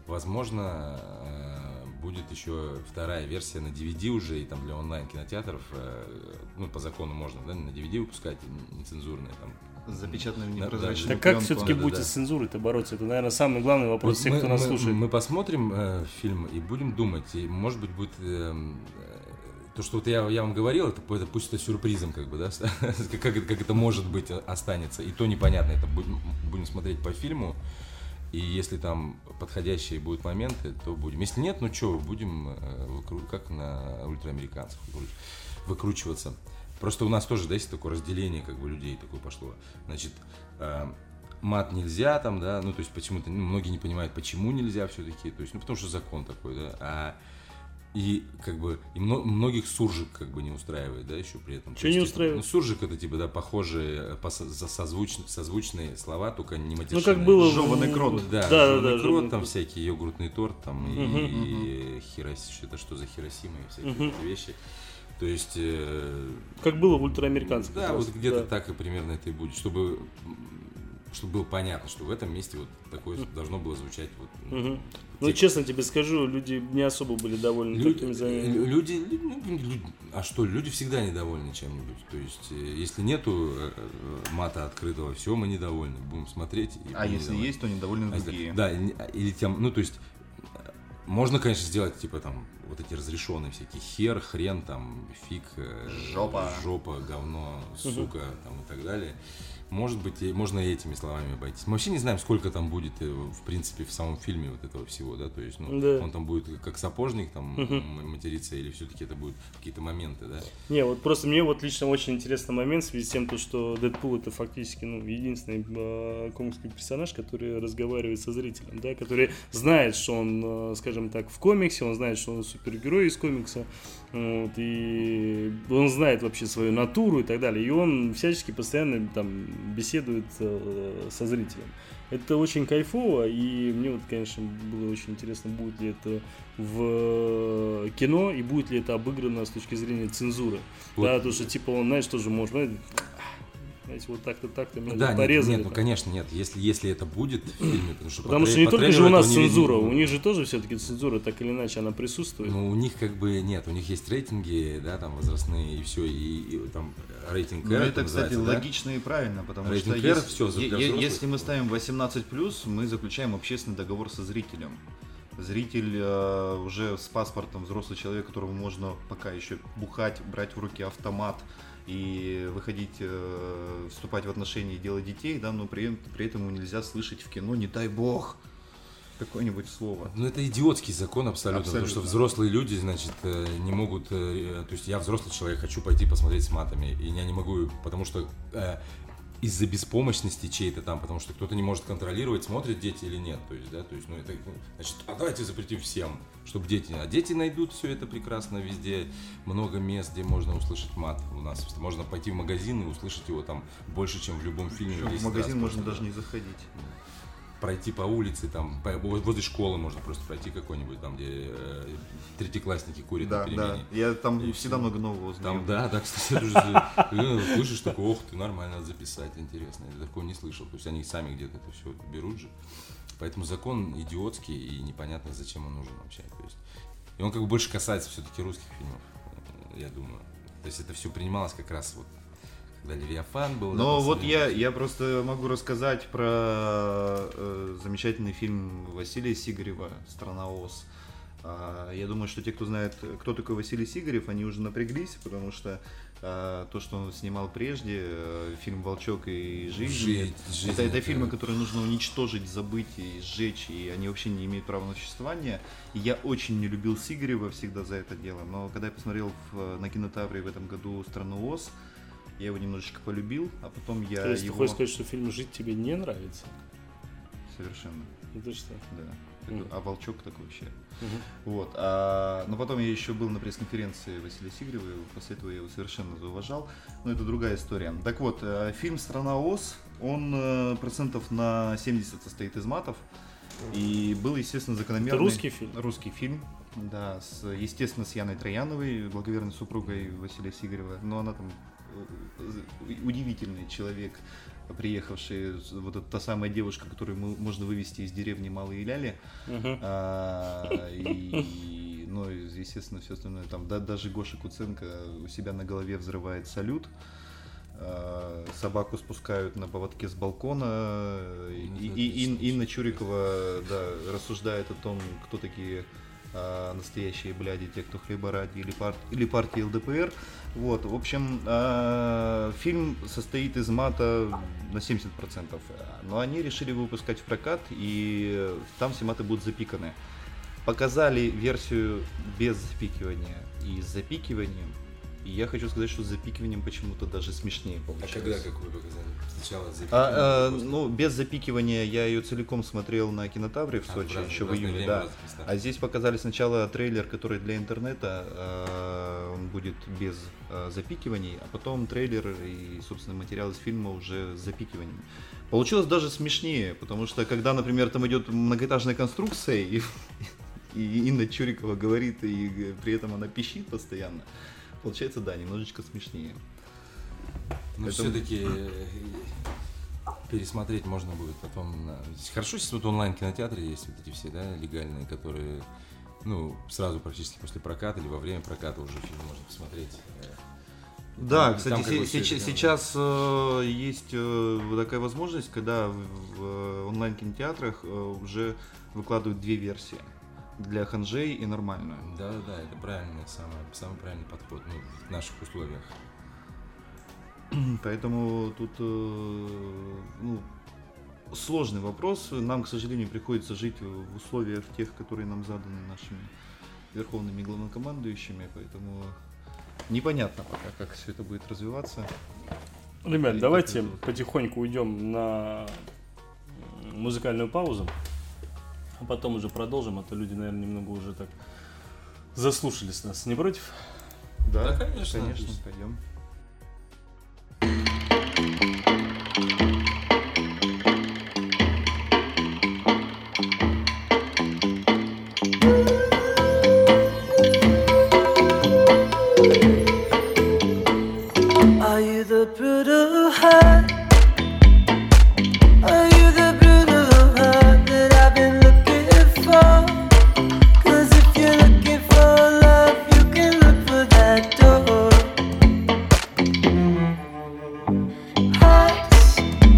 будет еще вторая версия на DVD уже, и там для онлайн-кинотеатров, ну, по закону можно, да, на DVD выпускать, нецензурные там. Запечатанную в непрозрачную Так как все-таки будете с цензурой-то бороться? Это, наверное, самый главный вопрос всех, кто нас слушает. Мы посмотрим фильм и будем думать, и, может быть, будет... То, что вот я вам говорил, это пусть это сюрпризом, как бы, да, как это может быть останется, и то непонятно, это будем смотреть по фильму, и если там подходящие будут моменты, то будем. Если нет, ну что, будем как на ультраамериканцах выкручиваться. Просто у нас тоже, да, есть такое разделение, как бы, людей такое пошло. Значит, мат нельзя там, да, ну, то есть почему-то, ну, многие не понимают, почему нельзя все-таки, то есть, ну, потому что закон такой, да, и как бы и многих суржик как бы не устраивает, да, еще при этом. Что не устраивает? Ну, суржик это типа, да, похожие созвучные слова, только не матершинные. Ну, как было жеванный крот. Да, жеванный крот, там всякие йогуртный торт, там и что-то, что за Хиросима и всякие вещи. То есть... Как было в ультраамериканцах. Да, вот где-то так и примерно это и будет, чтобы было понятно, что в этом месте вот такое должно было звучать. Вот, ну, честно тебе скажу, люди не особо были довольны такими занятиями. Люди всегда недовольны чем-нибудь. То есть, если нету мата открытого, все, мы недовольны. Будем смотреть. А если недовольны. Есть, то недовольны другие. Да, или тем, ну, то есть, можно, конечно, сделать, типа, там, вот эти разрешенные всякие хер, хрен, там, фиг, жопа, говно, сука, там, и так далее. Может быть, можно и этими словами обойтись. Мы вообще не знаем, сколько там будет, в принципе, в самом фильме вот этого всего, да, то есть, ну, да. Он там будет как сапожник там материться, или все-таки это будут какие-то моменты, да? Не, вот просто мне вот лично очень интересный момент в связи с тем, что Дэдпул это фактически, ну, единственный комиксный персонаж, который разговаривает со зрителем, да, который знает, что он, скажем так, в комиксе, он знает, что он супергерой из комикса, вот, и он знает вообще свою натуру и так далее, и он всячески постоянно там беседует со зрителем. Это очень кайфово, и мне вот, конечно, было очень интересно, будет ли это в кино, и будет ли это обыграно с точки зрения цензуры. Вот. Да, потому что, типа, он, знаешь, тоже может, знаете, вот так-то меня да, порезали. Нет, ну, конечно, нет. Если это будет в фильме, потому что не только же у нас цензура, у них же тоже все-таки цензура, так или иначе, она присутствует. Ну, у них как бы нет, у них есть рейтинги, да, там, возрастные, и все, и там рейтинг R. Ну, это, кстати, логично и правильно, потому рейтинг что если мы ставим 18+, мы заключаем общественный договор со зрителем. Зритель уже с паспортом, взрослый человек, которому можно пока еще бухать, брать в руки автомат и выходить, вступать в отношения и делать детей, да, но при этом ему нельзя слышать в кино, не дай бог, какое-нибудь слово. Ну, это идиотский закон абсолютно, потому что взрослые люди, значит, не могут, то есть я взрослый человек, хочу пойти посмотреть с матами, и я не могу, потому что из-за беспомощности чьей-то там, потому что кто-то не может контролировать, смотрят дети или нет, то есть, да, то есть, ну, это, значит, давайте запретим всем, чтобы дети найдут все это прекрасно везде, много мест, где можно услышать мат у нас, можно пойти в магазин и услышать его там больше, чем в любом фильме. В магазин можно даже не заходить. Пройти по улице, там, возле школы можно просто пройти какой-нибудь, там, где третьеклассники курят на перемене. Да, я там всегда много нового узнаю. Там, да, кстати, ты слышишь такой, ох ты, нормально, надо записать, интересно, я такого не слышал, то есть они сами где-то это все берут же. Поэтому закон идиотский и непонятно, зачем он нужен вообще. То есть, и он как бы больше касается все-таки русских фильмов, я думаю. То есть это все принималось как раз вот, когда Левиафан был. Но вот я просто могу рассказать про замечательный фильм Василия Сигарева «Страна Оз». Я думаю, что те, кто знает, кто такой Василий Сигарев, они уже напряглись, потому что то, что он снимал прежде, фильм «Волчок» и «Жизнь», это фильмы, которые нужно уничтожить, забыть и сжечь, и они вообще не имеют права на существование. И я очень не любил Сигарева всегда за это дело, но когда я посмотрел на кинотавре в этом году «Страну Оз», я его немножечко полюбил, а потом я То есть ты хочешь сказать, что фильм «Жить» тебе не нравится? Совершенно. Это что? Да. А «Волчок» такой вообще. Вот. Но потом я еще был на пресс-конференции Василия Сигарева, и после этого я его совершенно зауважал. Но это другая история. Так вот, фильм «Страна Оз», он процентов на 70 состоит из матов. И был, естественно, закономерный... Это русский фильм? Русский фильм, да. Естественно, с Яной Трояновой, благоверной супругой Василия Сигарева. Но она там удивительный человек, приехавшая, вот эта та самая девушка, которую можно вывести из деревни Малые Ляли. Ну, естественно, все остальное. Там даже Гоша Куценко у себя на голове взрывает салют. Собаку спускают на поводке с балкона. И Инна Чурикова, да, рассуждает о том, кто такие настоящие бляди, те, кто хлеба ради, или партии ЛДПР. Вот, в общем, фильм состоит из мата на 70%, но они решили выпускать в прокат, и там все маты будут запиканы. Показали версию без запикивания и с запикиванием, и я хочу сказать, что с запикиванием почему-то даже смешнее получилось. А когда какую показали? Сначала запикивание? Ну, без запикивания я ее целиком смотрел на кинотавре в Сочи, еще в июне, да. А здесь показали сначала трейлер, который для интернета, он будет без запикиваний, а потом трейлер и, собственно, материал из фильма уже с запикиванием. Получилось даже смешнее, потому что, когда, например, там идет многоэтажная конструкция, и Инна Чурикова говорит, и при этом она пищит постоянно, получается, да, немножечко смешнее. Но все-таки пересмотреть можно будет потом. Хорошо, сейчас вот онлайн-кинотеатры есть вот эти все, да, легальные, которые, ну, сразу практически после проката или во время проката уже фильм можно посмотреть. Да, кстати, сейчас есть такая возможность, когда в онлайн-кинотеатрах уже выкладывают две версии. Для ханжей и нормальную. Да, это правильный, самый правильный подход, ну, в наших условиях. Поэтому тут сложный вопрос. Нам, к сожалению, приходится жить в условиях тех, которые нам заданы нашими верховными главнокомандующими, поэтому непонятно пока, как все это будет развиваться. Ребят, давайте потихоньку уйдем на музыкальную паузу. А потом уже продолжим, а то люди, наверное, немного уже так заслушались нас. Не против? Да, конечно, пойдем. Are you the brute of heart? Are you the brute of heart that I've been looking for? 'Cause if you're looking for love, you can look for that door. Hearts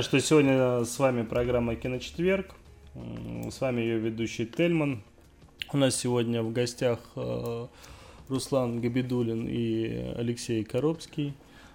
что сегодня с вами программа «Киночетверг». С вами ее ведущий Тельман. У нас сегодня в гостях Руслан Габидуллин и Алексей Коробский.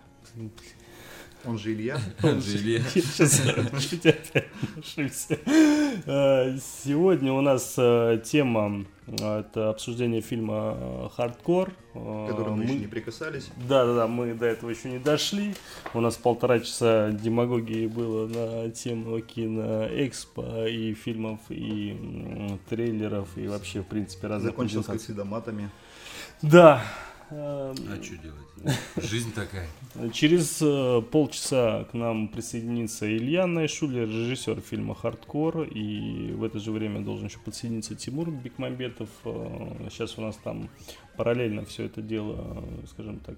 Он же Илья. Сейчас чуть опять ошибся. Сегодня у нас тема это обсуждение фильма «Хардкор», к которому мы еще не прикасались. Да, мы до этого еще не дошли. У нас 1,5 часа демагогии было на тему киноэкспо и фильмов, и трейлеров, и вообще, в принципе, разных. Закончилось как всегда матами. Да. А что делать? Жизнь такая. Через полчаса к нам присоединится Илья Найшулер, режиссер фильма «Хардкор», и в это же время должен еще подсоединиться Тимур Бекмамбетов. Сейчас у нас там параллельно все это дело, скажем так,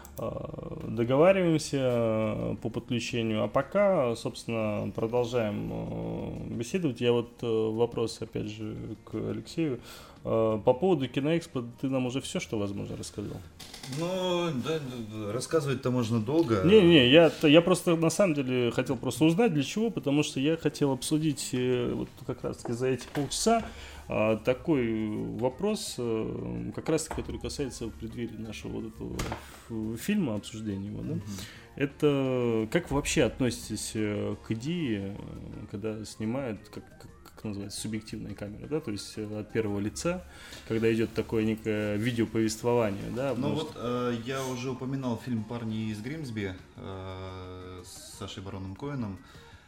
договариваемся по подключению, а пока, собственно, продолжаем беседовать. Я вот вопрос, опять же, к Алексею. По поводу киноэкспо ты нам уже все, что возможно, рассказал? Ну, да, рассказывать-то можно долго. Не, я просто на самом деле хотел просто узнать, для чего, потому что я хотел обсудить вот как раз-таки за эти полчаса такой вопрос, как раз-таки, который касается в преддверии нашего вот этого фильма, обсуждения его, да? Это как вы вообще относитесь к идее, когда снимают, как называется, субъективная камера, да, то есть от первого лица, когда идет такое некое видеоповествование, да? Ну вот я уже упоминал фильм «Парни из Гримсби» с Сашей Бароном Коэном.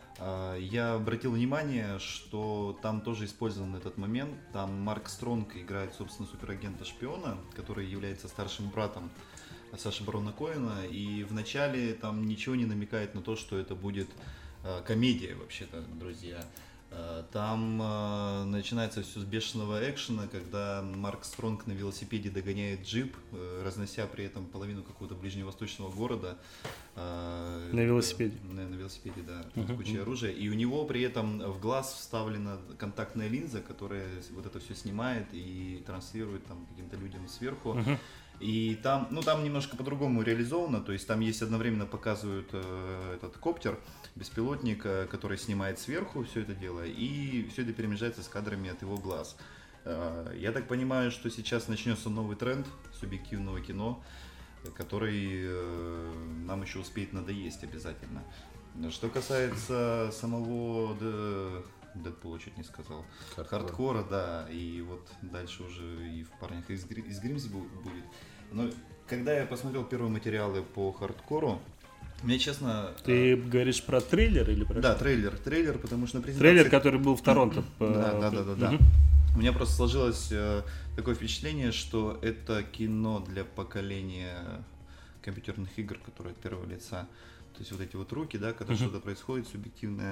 Я обратил внимание, что там тоже использован этот момент. Там Марк Стронг играет, собственно, суперагента-шпиона, который является старшим братом Саши Барона Коэна, и вначале там ничего не намекает на то, что это будет комедия, вообще-то, друзья. Там начинается все с бешеного экшена, когда Марк Стронг на велосипеде догоняет джип, разнося при этом половину какого-то ближневосточного города. На велосипеде? На велосипеде, да, с кучей оружия. И у него при этом в глаз вставлена контактная линза, которая вот это все снимает и транслирует там каким-то людям сверху. И там, там немножко по-другому реализовано, то есть там есть одновременно показывают этот коптер, беспилотник, который снимает сверху все это дело, и все это перемежается с кадрами от его глаз. Я так понимаю, что сейчас начнется новый тренд субъективного кино, который нам еще успеет надоесть обязательно. Что касается самого Дэдпула, чуть не сказал. Хардкора, да, и вот дальше уже и в «Парнях из Гримсби» будет. Но когда я посмотрел первые материалы по Хардкору, мне честно... Ты говоришь про трейлер или про... Да, трейлер, потому что на презентации... Трейлер, который был в Торонто. Да. У меня просто сложилось такое впечатление, что это кино для поколения компьютерных игр, которые от первого лица. То есть вот эти вот руки, да, когда что-то происходит субъективное.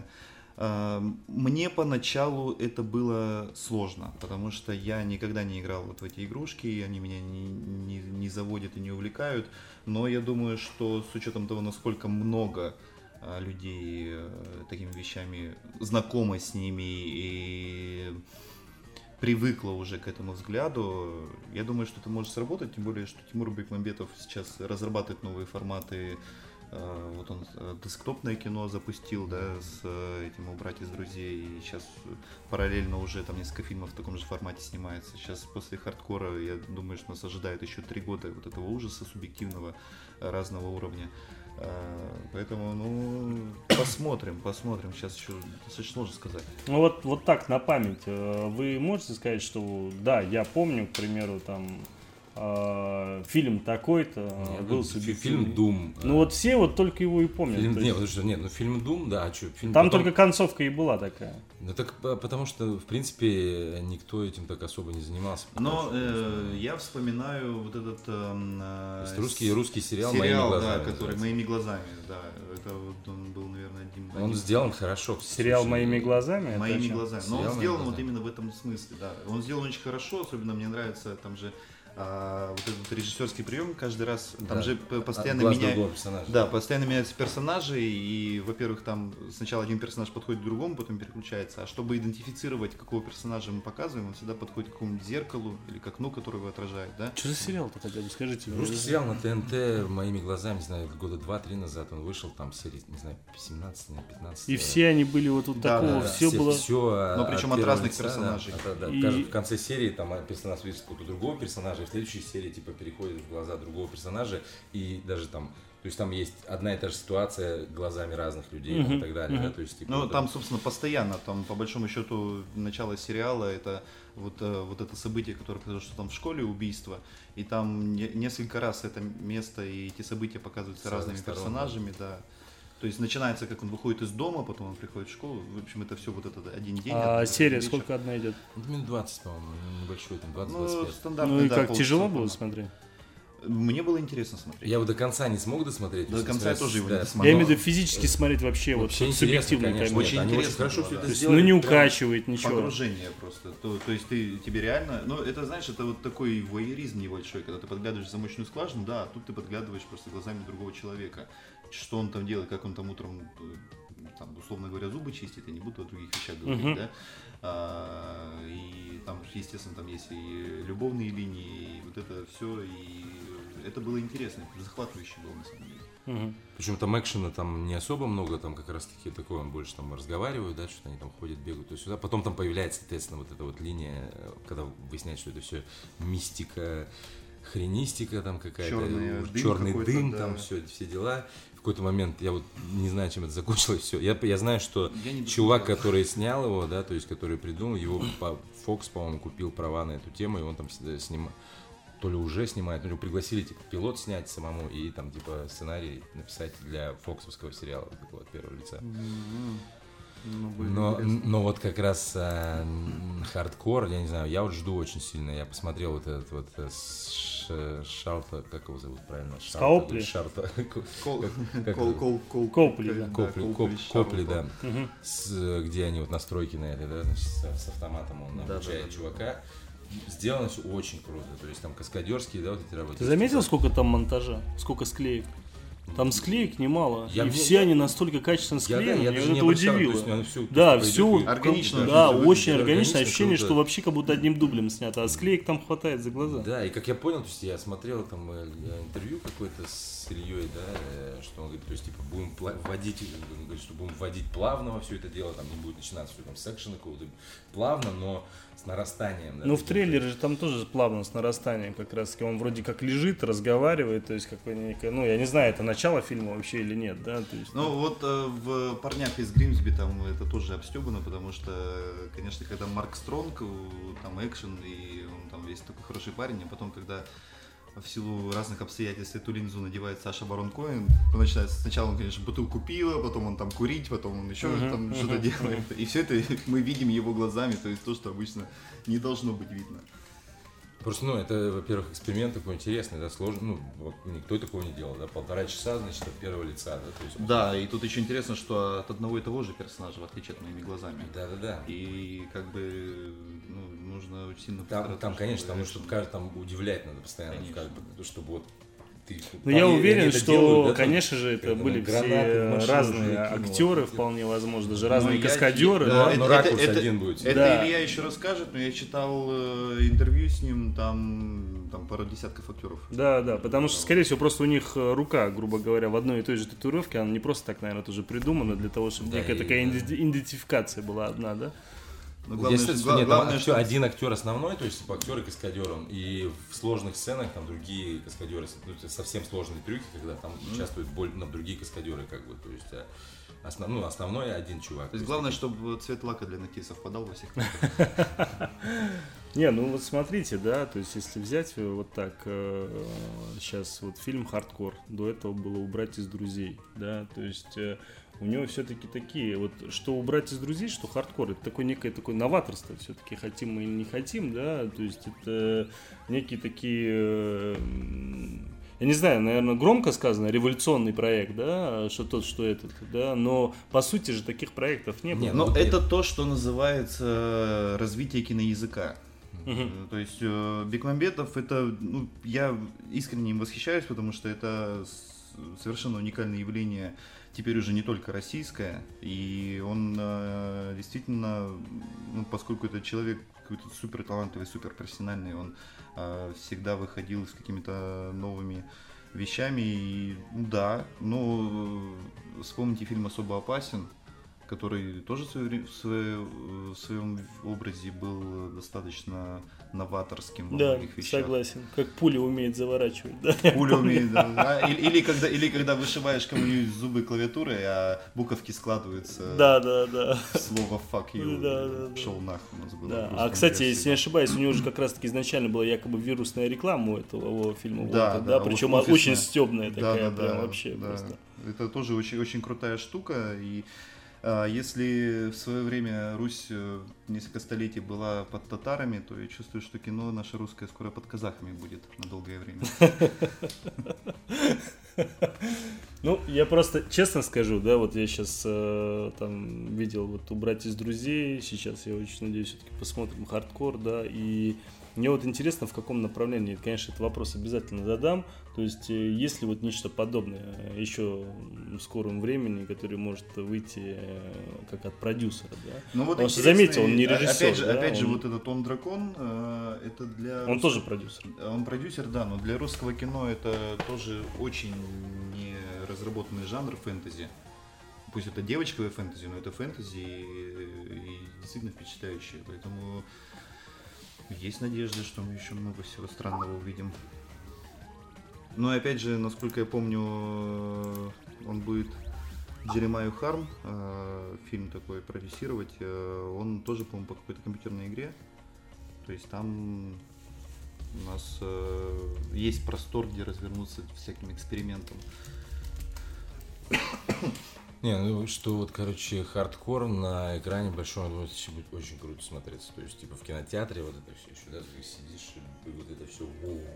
Мне поначалу это было сложно, потому что я никогда не играл вот в эти игрушки, они меня не заводят и не увлекают, но я думаю, что с учетом того, насколько много людей такими вещами знакомы с ними и привыкла уже к этому взгляду, я думаю, что это может сработать, тем более, что Тимур Бекмамбетов сейчас разрабатывает новые форматы. Вот он десктопное кино запустил, да, с этим «Убрать из друзей», и сейчас параллельно уже там несколько фильмов в таком же формате снимается. Сейчас после «Хардкора», я думаю, что нас ожидает еще 3 года вот этого ужаса субъективного разного уровня. Поэтому, посмотрим. Сейчас еще достаточно сложно сказать. Ну вот так, на память. Вы можете сказать, что да, я помню, к примеру, там фильм такой-то был фильм «Дум». Ну вот все вот только его и помнят. Фильм «Дум», да, фильм там потом... только концовка и была такая. Ну так потому что, в принципе, никто этим так особо не занимался. Но я вспоминаю вот этот русский сериал «Моими глазами», да, который «Моими глазами», да, это вот он был, наверное, один. Он сделан хорошо. Сериал «Моими глазами». «Моими глазами». Но он сделан вот именно в этом смысле, да. Он сделан очень хорошо, особенно мне нравится там же вот этот режиссерский прием каждый раз, там же постоянно меняются персонажи, и, во-первых, там сначала один персонаж подходит к другому, потом переключается, а чтобы идентифицировать, какого персонажа мы показываем, он всегда подходит к какому-нибудь зеркалу или к окну, которое его отражает, да? Что за сериал-то хотя бы, скажите? Русский сериал на ТНТ, моими глазами, не знаю, года 2-3 назад он вышел, там серии, не знаю, 17, 15. И все они были вот такого, все было... Но причем от разных персонажей. В конце серии там персонаж видит какого-то другого персонажа, в следующей серии типа переходит в глаза другого персонажа, и даже там, то есть там есть одна и та же ситуация глазами разных людей и так далее. Да? То есть, типа, ну, там, собственно, постоянно, там, по большому счету, начало сериала, это вот это событие, которое произошло там в школе, убийство, и там несколько раз это место и эти события показываются разными персонажами, да. То есть начинается, как он выходит из дома, потом он приходит в школу. В общем, это все вот этот один день. А серия сколько одна идет? Минут 20, по-моему, небольшой, там 20-25. Стандартный, ну и как, тяжело было смотреть? Мне было интересно смотреть. Я вот до конца не смог досмотреть. До конца я тоже его не досмотрел. Я имею в виду физически смотреть вообще вот субъективно, конечно. Очень интересно. Хорошо все это сделали. Ну не укачивает ничего. Погружение просто. То есть тебе реально... Ну это, знаешь, это вот такой воеризм небольшой, когда ты подглядываешь в замочную скважину, да, а тут ты подглядываешь просто глазами другого человека. Что он там делает, как он там утром, там, условно говоря, зубы чистит, я не буду о других вещах говорить, да. И там, естественно, там есть и любовные линии, и вот это все, и это было интересно, захватывающе было на самом деле. Причем там экшена там не особо много, там как раз таки такое, он больше там разговаривают, да, что-то они там ходят, бегают, то есть сюда. Потом там появляется, соответственно, вот эта вот линия, когда выясняется, что это все мистика, хренистика там какая-то, черный дым, да. Там все дела. В какой-то момент, я вот не знаю, чем это закончилось, все. Я знаю, что чувак, который снял его, да, то есть который придумал, его Fox, по-моему, купил права на эту тему, и он там снимает, то ли уже снимает, но его пригласили типа пилот снять самому и там типа сценарий написать для фоксовского сериала такого от первого лица. Но вот как раз хардкор, я не знаю, я вот жду очень сильно. Я посмотрел вот этот вот Шарта, как его зовут правильно? Копли. Копли, да. Где они вот настройки на это, да, с автоматом он обучает чувака. Сделано все очень круто. То есть там каскадерские, да, вот эти работы. Ты заметил, сколько там монтажа? Сколько склеек? Там склеек немало. Все они настолько качественно склеены, меня это удивило. Да, все органично. Да, очень органично. Ощущение, что вообще как будто одним дублем снято, а склеек там хватает за глаза. Да, и как я понял, то есть я смотрел там интервью какое-то с Ильей, да, что он говорит, то есть типа будем вводить, он говорит, что будем вводить плавно во все это дело, там не будет начинаться все там с экшена какого-то, плавно, но с нарастанием. Да, ну в трейлере же там тоже плавно с нарастанием, как раз таки он вроде как лежит, разговаривает, то есть какой-нибудь, ну я не знаю, это начало фильма вообще или нет, да? То есть, ну вот в «Парнях из Гримсби» там это тоже обстебано, потому что, конечно, когда Марк Стронг, там экшен, и он там весь такой хороший парень, а потом, когда в силу разных обстоятельств эту линзу надевает Саша Барон Коэн, то начинается сначала он, конечно, бутылку пива, потом он там курить, потом он еще там что-то делает. И все это мы видим его глазами, то есть то, что обычно не должно быть видно. Просто, ну, это, во-первых, эксперимент такой интересный, да, сложный, ну, вот никто такого не делал, да, 1,5 часа, значит, от первого лица, да, то есть... Да, и тут еще интересно, что от одного и того же персонажа, в отличие от «Моими глазами». Да. И, как бы, ну, нужно очень сильно постараться. Там, конечно, потому что там удивлять надо постоянно, чтобы вот... Но я уверен, что, делают, да, конечно же, это были все разные актеры, вполне возможно, даже разные каскадеры. Но ракурс один будет. Это Илья еще расскажет, но я читал интервью с ним, там пару десятков актеров. Да, потому что, скорее всего, просто у них рука, грубо говоря, в одной и той же татуировке, она не просто так, наверное, тоже придумана для того, чтобы некая такая идентификация была одна, да? Ну, главное, что один актер основной, то есть актер и каскадер, и в сложных сценах там другие каскадеры, совсем сложные трюки, когда там участвуют другие каскадеры, как бы, то есть основной один чувак. То есть главное, чтобы цвет лака для ногтей совпадал во всех. Не, ну вот смотрите, да, то есть если взять вот так, сейчас вот фильм «Хардкор», до этого было «Убрать из друзей», да, то есть у него все-таки такие, вот что «Убрать из друзей», что «Хардкор», это такое некое такое новаторство, все-таки хотим мы или не хотим, да, то есть это некие такие, я не знаю, наверное, громко сказано, революционный проект, да, что тот, что этот, да, но по сути же таких проектов не было. Но это то, что называется развитие киноязыка. То есть Бекмамбетов это, я искренне им восхищаюсь, потому что это совершенно уникальное явление, теперь уже не только российское, и он действительно, поскольку это человек какой-то супер талантливый, супер профессиональный, он всегда выходил с какими-то новыми вещами, и вспомните фильм «Особо опасен», который тоже в своем образе был достаточно новаторским во многих вещах. Да, согласен. Как пуля умеет заворачивать, да? Пуля умеет, да. Или когда вышиваешь кому-нибудь зубы клавиатурой, а буковки складываются в слово «fuck you». Пошел нахуй у нас было. Да. А, кстати, если не ошибаюсь, у него же как раз-таки изначально была якобы вирусная реклама у этого фильма. Да, причем очень стебная такая, прям вообще просто. Это тоже очень, очень крутая штука, и если в свое время Русь несколько столетий была под татарами, то я чувствую, что кино наше русское скоро под казахами будет на долгое время. Я просто честно скажу, да, вот я сейчас там видел вот «Убрать из друзей», сейчас я очень надеюсь, все-таки посмотрим «Хардкор», да, и мне вот интересно, в каком направлении, конечно, этот вопрос обязательно задам, то есть есть ли вот нечто подобное еще в скором времени, которое может выйти как от продюсера, да? Потому что, заметьте, он не режиссер. Опять же, вот этот «Он дракон», это для... Он тоже продюсер. Он продюсер, да, но для русского кино это тоже очень неразработанный жанр фэнтези. Пусть это девочковое фэнтези, но это фэнтези и действительно впечатляющее, поэтому... Есть надежда, что мы еще много всего странного увидим. Но опять же, насколько я помню, он будет Джеремайю Харм, фильм такой продюсировать. Он тоже, по-моему, по какой-то компьютерной игре. То есть там у нас есть простор, где развернуться всяким экспериментам. Что вот, «Хардкор» на экране большом будет очень круто смотреться. То есть, в кинотеатре вот это все еще, да, ты сидишь, и вот это все.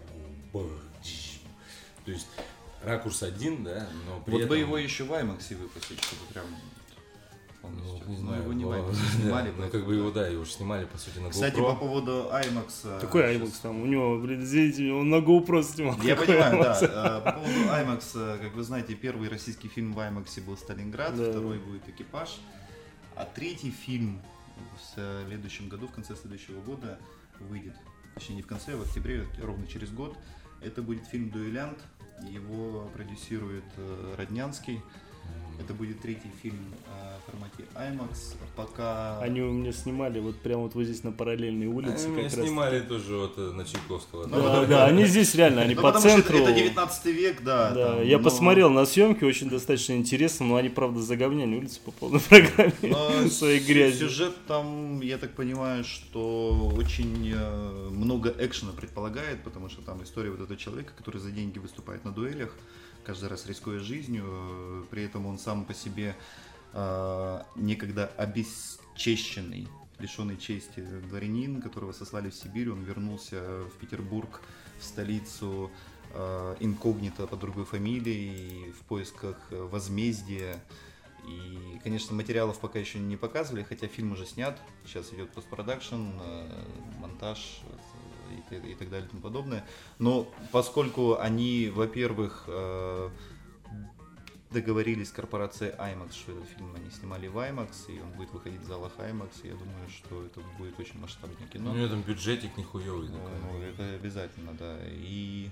То есть, ракурс один, да, но при этом... Вот бы его еще в IMAX выпустить, чтобы прям... Не знаю, его не в IMAX снимали. Его же снимали, по сути, на GoPro. Кстати, по поводу IMAX... Какой IMAX там? У него, извините, он на GoPro снимал. Я понимаю, да. По поводу IMAX, как вы знаете, первый российский фильм в IMAX был «Сталинград», второй будет «Экипаж», а третий фильм в следующем году, в конце следующего года выйдет. Точнее, не в конце, а в октябре, ровно через год. Это будет фильм «Дуэлянт», его продюсирует Роднянский. Это будет третий фильм в формате IMAX. Пока... Они у меня снимали вот прямо вот здесь на параллельной улице. Они меня снимали тоже вот на Чайковского. Да, они здесь реально, они по центру. Это 19 век, да. Да, я посмотрел на съемки, очень достаточно интересно, но они, правда, заговняли улицу по полной программе своей грязи. Сюжет там, я так понимаю, что очень много экшена предполагает, потому что там история вот этого человека, который за деньги выступает на дуэлях, каждый раз рискуя жизнью, при этом он сам по себе некогда обесчещенный, лишенный чести дворянин, которого сослали в Сибирь, он вернулся в Петербург, в столицу инкогнито под другой фамилией, в поисках возмездия. И, конечно, материалов пока еще не показывали, хотя фильм уже снят, сейчас идет постпродакшн, монтаж и так далее и тому подобное. Но поскольку они, во-первых, договорились с корпорацией IMAX, что этот фильм они снимали в IMAX, и он будет выходить в залах IMAX, я думаю, что это будет очень масштабное кино. У него там бюджетик нихуевый. Это обязательно, да. И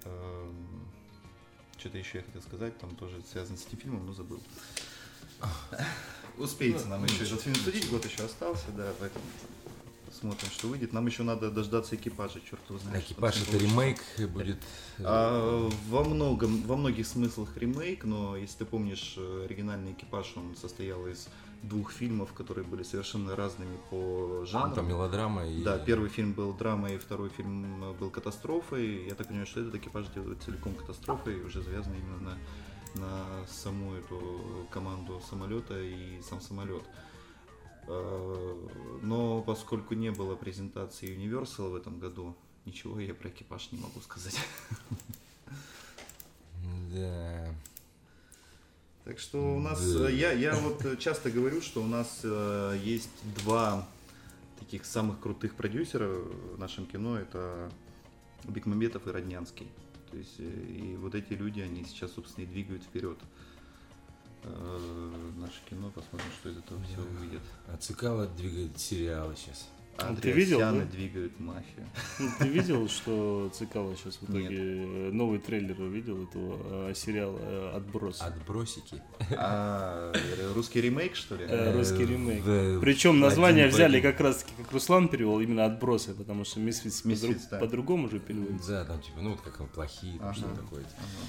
что-то еще я хотел сказать, там тоже связано с этим фильмом, но забыл. Успеется нам еще этот фильм судить, год еще остался, да, поэтому смотрим, что выйдет. Нам еще надо дождаться «Экипажа», черт его знает. «Экипаж» — это ремейк будет? Во многих смыслах ремейк, но если ты помнишь, оригинальный «Экипаж», он состоял из двух фильмов, которые были совершенно разными по жанру. Там мелодрама и... Да, первый фильм был драмой, второй фильм был катастрофой. Я так понимаю, что этот «Экипаж» делает целиком катастрофой, уже завязан именно на саму эту команду самолета и сам самолет. Но поскольку не было презентации Universal в этом году, ничего я про «Экипаж» не могу сказать. Да. Так что у нас, я вот часто говорю, что у нас есть два таких самых крутых продюсеров в нашем кино это Бекмамбетов и Роднянский. То есть и вот эти люди, они сейчас, собственно, и двигают вперед наше кино. Посмотрим, что из этого всего выйдет. А Цикало двигает сериалы сейчас. Ты видел, да? двигают мафию. Ты видел, что Цикало сейчас в итоге новый трейлер увидел этого сериала «Отбросы»? Отбросики. Русский ремейк, что ли? Русский ремейк. Причем название взяли как раз таки, как Руслан перевел, именно «Отбросы», потому что «Мисфитс» по-другому же переводится. Да, там типа, ну вот как плохие, что такое.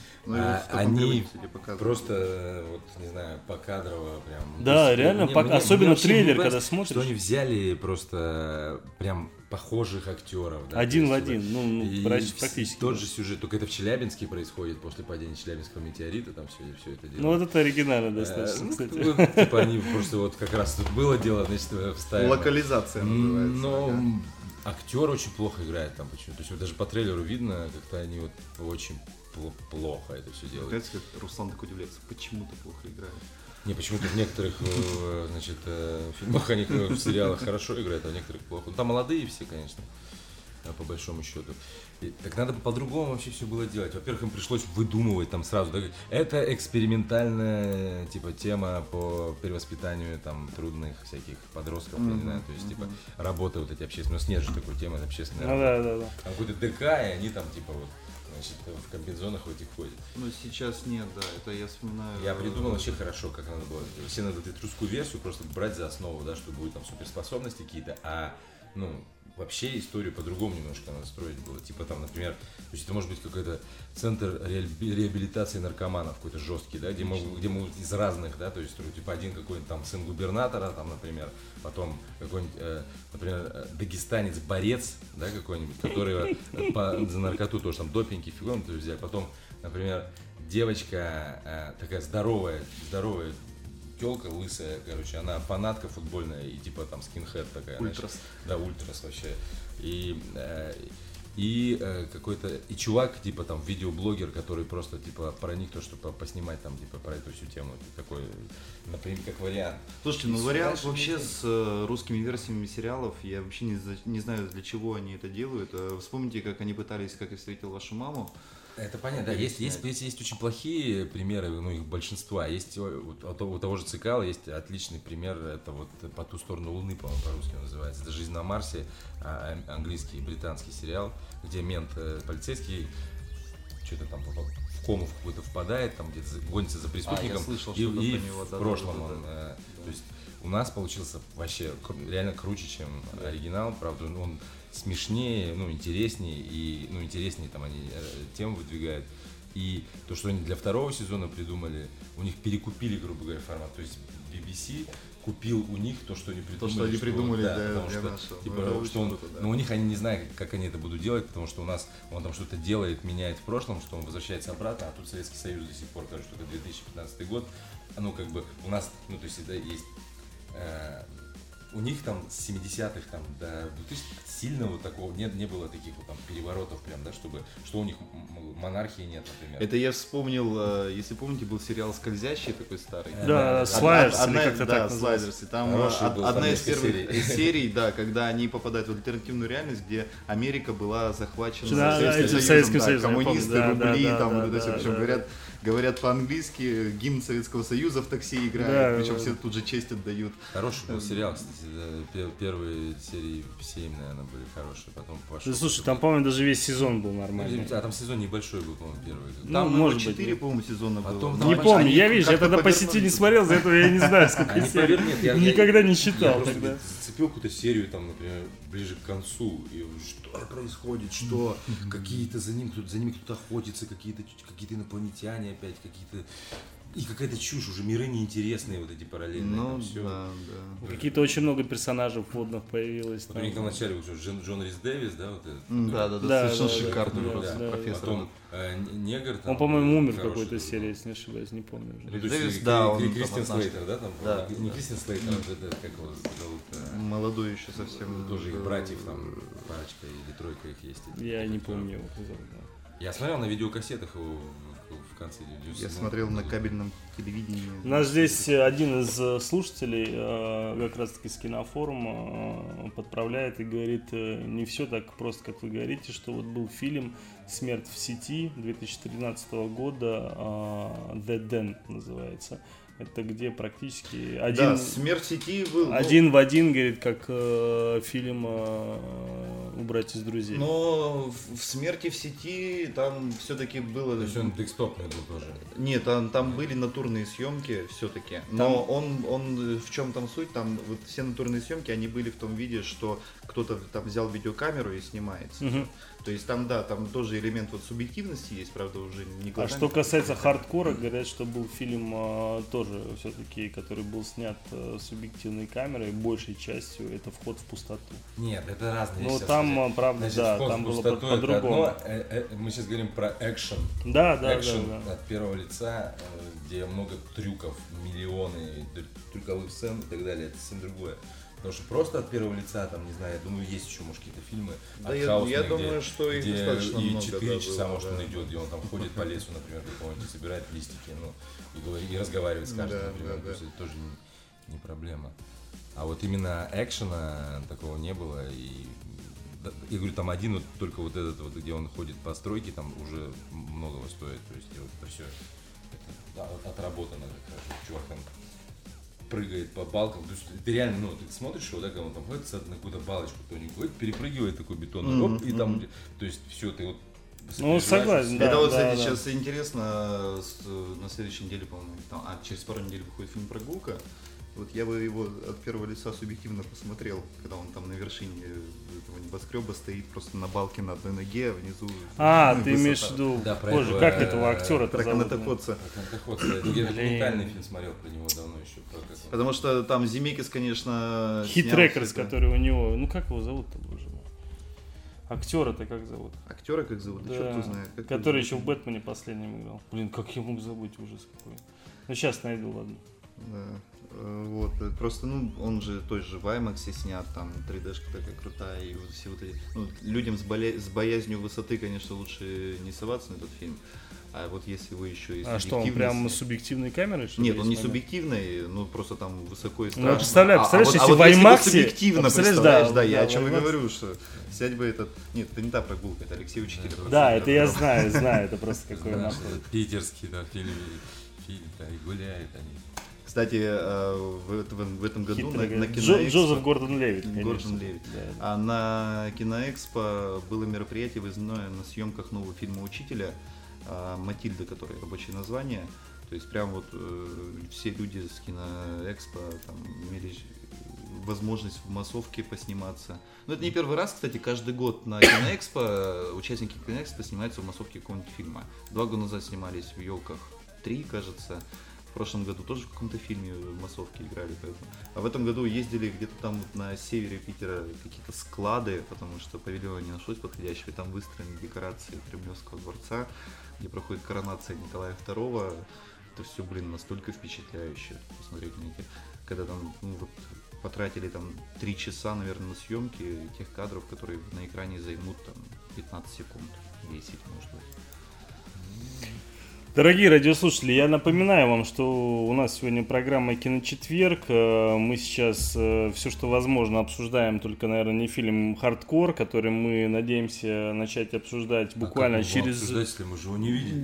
Они просто, вот не знаю, покадрово прям. Да, реально, особенно трейлер, когда смотришь. Что они взяли просто прям похожих актеров. Да, один в один, ну практически. Тот же сюжет, только это в Челябинске происходит, после падения Челябинского метеорита, там все это дело. Ну вот это оригинально достаточно, кстати. Типа они просто вот как раз тут было дело, значит, вставили. Локализация называется. Но актер очень плохо играет там почему-то. То есть вот даже по трейлеру видно, как-то они вот очень плохо это все делают. Знаете, как Руслан так удивляется, почему ты плохо играешь? Не, почему-то в некоторых, значит, фильмах они в сериалах хорошо играют, а в некоторых плохо. Ну, там молодые все, конечно, по большому счету. Так надо по-другому вообще все было делать. Во-первых, им пришлось выдумывать там сразу. Да, это экспериментальная, типа, тема по перевоспитанию там трудных всяких подростков, я не знаю, то есть, типа, работа вот эти общественные. У нас нет же такой темы, общественная работа. Да. Там какой-то ДК, и они там, типа, вот, значит, в комбинезонах в этих ходят. Ну, сейчас нет, да, это я вспоминаю. Я придумал вообще хорошо, как надо было. Все надо эту русскую версию просто брать за основу, да, что будет там суперспособности какие-то, а, ну, вообще историю по-другому немножко надо строить было. Типа там, например, то есть это может быть какой-то центр реабилитации наркоманов, какой-то жесткий, да, где могут из разных, да, то есть типа один какой-нибудь там сын губернатора, там, например, потом какой-нибудь, например, дагестанец-борец, да, какой-нибудь, который за наркоту тоже там допинги, фигуры взяли, потом, например, девочка такая здоровая тёлка лысая, короче, она фанатка футбольная и типа там скинхед такая. Ультрас. Да, ультрас вообще. И какой-то и чувак, типа там видеоблогер, который просто типа проник то, чтобы поснимать там типа про эту всю тему. Такой, например, как вариант. Слушайте, ну вариант вообще с русскими версиями сериалов, я вообще не знаю, для чего они это делают. Вспомните, как они пытались «Как я встретил вашу маму». Это понятно, да, есть очень плохие примеры, ну их большинства. Есть у того же Цикала есть отличный пример, это вот «По ту сторону Луны», по-моему, по-русски он называется. Это «Жизнь на Марсе», английский и британский сериал, где мент полицейский что-то там в кому в какую-то впадает, там где-то гонится за преступником. Я слышал, и него, в прошлом он. То есть у нас получился вообще реально круче, чем оригинал, правда, он смешнее, ну, интереснее, и, ну, интереснее там они тему выдвигают. И то, что они для второго сезона придумали, у них перекупили, грубо говоря, формат. То есть BBC купил у них то, что они придумали. То, что они придумали, да, для нашего. Типа, что он, но у них они не знают, как они это будут делать, потому что у нас он там что-то делает, меняет в прошлом, что он возвращается обратно, а тут Советский Союз до сих пор, короче, что это 2015 год. Ну, как бы у нас, ну, то есть это есть... у них там с 70-х там, до 2000 сильного такого не было таких вот там переворотов прям, да, что у них монархии нет, например. Это я вспомнил, если помните, был сериал «Скользящий» такой старый. Да, «Слайдерс», или как-то так называется. «Слайдерс», и там одна из первых серий, да, когда они попадают в альтернативную реальность, где Америка была захвачена Советским Союзом, коммунисты, рубли, там вот это все, причем говорят по-английски, гимн Советского Союза в такси играют, причем все тут же честь отдают. Хороший был сериал, кстати, первые серии 7, наверное, были хорошие, потом пошел. Да, слушай, там, по-моему, даже весь сезон был нормальный. А там сезон небольшой был, по-моему, первый. Там, может 4, по-моему, сезона было. Не помню, я, видишь, я тогда по сети не смотрел, за этого я не знаю, сколько серий. Никогда не считал. Я просто зацепил какую-то серию, там, например, ближе к концу, и что происходит, что какие-то за ними кто-то охотится, какие-то инопланетяне опять, какие-то... И какая-то чушь, уже миры неинтересные вот эти параллельные. Ну, все. Да. Какие-то очень много персонажей вводных появилось. Вот у них там вначале вот Джон Рис Дэвис, да, вот этот. Да, совершенно шикарный профессор. Потом негр там. Он, по-моему, умер в какой-то серии, если не ошибаюсь, не помню уже. Дэвис, да, он Кристиан Слейтер, да, там? Да. Не Кристиан Слейтер, а это как его зовут? Молодой еще совсем. Тоже их братьев там, парочка или тройка их есть. Я не помню его. Я смотрел на видеокассетах его в американцы. Я смотрел на кабельном телевидении. У нас здесь один из слушателей, как раз таки с кинофорума, подправляет и говорит, не все так просто, как вы говорите, что вот был фильм «Смерть в сети» 2013 года, «The Den» называется. Это где практически один... Да, «Смерть в сети» был... Один в один, говорит, как фильм «Убрать из друзей». Но в «Смерти в сети» там все-таки было... То есть он декстопный был тоже? Нет, там были натурные съемки все-таки. Но он в чем там суть? Там вот все натурные съемки, они были в том виде, что кто-то там взял видеокамеру и снимается. Угу. То есть там, да, там тоже элемент вот субъективности есть, правда, уже не глазами. А что касается хардкора, говорят, что был фильм тоже все-таки, который был снят субъективной камерой, большей частью это «Вход в пустоту». Нет, это разные вещи. Ну там, правда, значит, да, там было по-другому. Мы сейчас говорим про экшен. Да. Экшен от первого лица, где много трюков, миллионы трюковых сцен и так далее, это совсем другое. Потому что просто от первого лица, там, не знаю, я думаю, есть еще, может, какие-то фильмы артхаусные, я думаю, что их достаточно и много. 4 часа, может, он идет, где он там ходит по лесу, например, какого-нибудь, собирает листики, и разговаривает с каждым, например. То есть это тоже не проблема. А вот именно экшена такого не было. И я говорю, там один вот только вот этот вот, где он ходит по стройке, там уже многого стоит. То есть вот это все отработано, чувак там прыгает по балкам, то есть ты реально, ну, ты смотришь его, да, когда он там ходит на какую-то балочку, кто-нибудь перепрыгивает такой бетонный и там, то есть все, ты вот... Ну, согласен, да. Это вот, кстати, сейчас интересно, на следующей неделе, по-моему, через пару недель выходит фильм «Прогулка». Вот я бы его от первого лица субъективно посмотрел, когда он там на вершине этого небоскреба стоит просто на балке на одной ноге, а внизу... ты имеешь в виду... Да, Боже, как этого актера про канатоходца. Я документальный фильм смотрел про него давно еще. Потому что там Земекис, конечно... Хит Рекордс, который у него... Ну, как его зовут-то, боже мой? Актера-то как зовут? Актера как зовут? Да. Черт знает. Который еще в «Бэтмене» последнем играл. Блин, как я мог забыть, ужас какой. Ну, сейчас найду, ладно. Да. Вот, просто, ну, он же той же в IMAX снят, там 3D-шка такая крутая, и вот все вот эти, ну, людям с боязнью высоты, конечно, лучше не соваться на этот фильм, а вот если вы еще и что, он прям с субъективной камерой? Нет, он не субъективный, ну, просто там высоко и страшно. Ну, представляешь, если в IMAX... субъективно, представляешь, да, я о чем и говорю, что взять бы этот... Нет, это не та прогулка, это Алексей Учитель. Да, это я знаю, это просто какой нахуй. Питерский, да, фильм, да, и гуляют они. Кстати, в этом году на Киноэкспо... Джозеф Гордон-Левитт, конечно. Гордон-Левитт. Да. А на Киноэкспо было мероприятие выездное на съемках нового фильма «Учителя», «Матильда», которое рабочее название. То есть прям вот все люди с Киноэкспо там имели возможность в массовке посниматься. Но это не первый раз, кстати, каждый год на Киноэкспо участники Киноэкспо снимаются в массовке какого-нибудь фильма. 2 года назад снимались в «Елках 3», кажется. В прошлом году тоже в каком-то фильме в массовке играли, поэтому. А в этом году ездили где-то там вот на севере Питера какие-то склады, потому что павильона не нашлось подходящего, и там выстроены декорации Кремлевского дворца, где проходит коронация Николая II. Это все, блин, настолько впечатляюще посмотреть на эти, когда там, ну, вот, потратили там 3 часа, наверное, на съемки тех кадров, которые на экране займут там 15 секунд, 10, может быть. Дорогие радиослушатели, я напоминаю вам, что у нас сегодня программа «Киночетверг». Мы сейчас все, что возможно, обсуждаем, только, наверное, не фильм «Хардкор», который мы надеемся начать обсуждать буквально через... обсуждать, если мы же его не видели.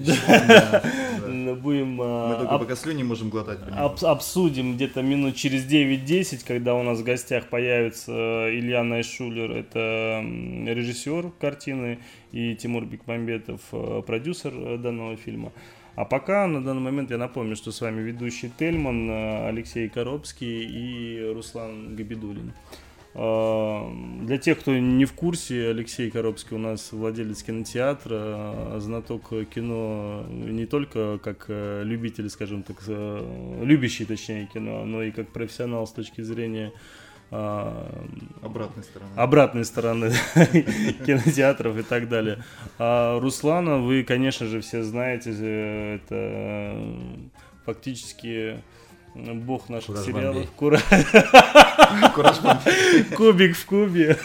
Мы только пока слюни можем глотать. Обсудим где-то минут через 9-10, когда у нас в гостях появится Илья Найшулер, это режиссер картины, и Тимур Бекмамбетов, продюсер данного фильма. А пока, на данный момент, я напомню, что с вами ведущий Тельман, Алексей Коробский и Руслан Габидуллин. Для тех, кто не в курсе, Алексей Коробский у нас владелец кинотеатра, знаток кино не только как любитель, скажем так, любящий, точнее, кино, но и как профессионал с точки зрения обратной стороны кинотеатров и так далее. А Руслана вы, конечно же, все знаете, это фактически бог наших сериалов. Кубик в кубе.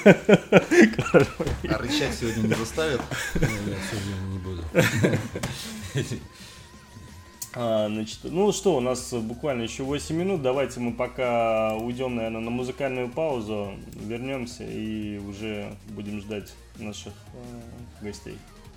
А рычать сегодня не заставят? Я сегодня не буду. Значит, ну что, у нас буквально еще 8 минут. Давайте мы пока уйдем, наверное, на музыкальную паузу, вернемся и уже будем ждать наших гостей.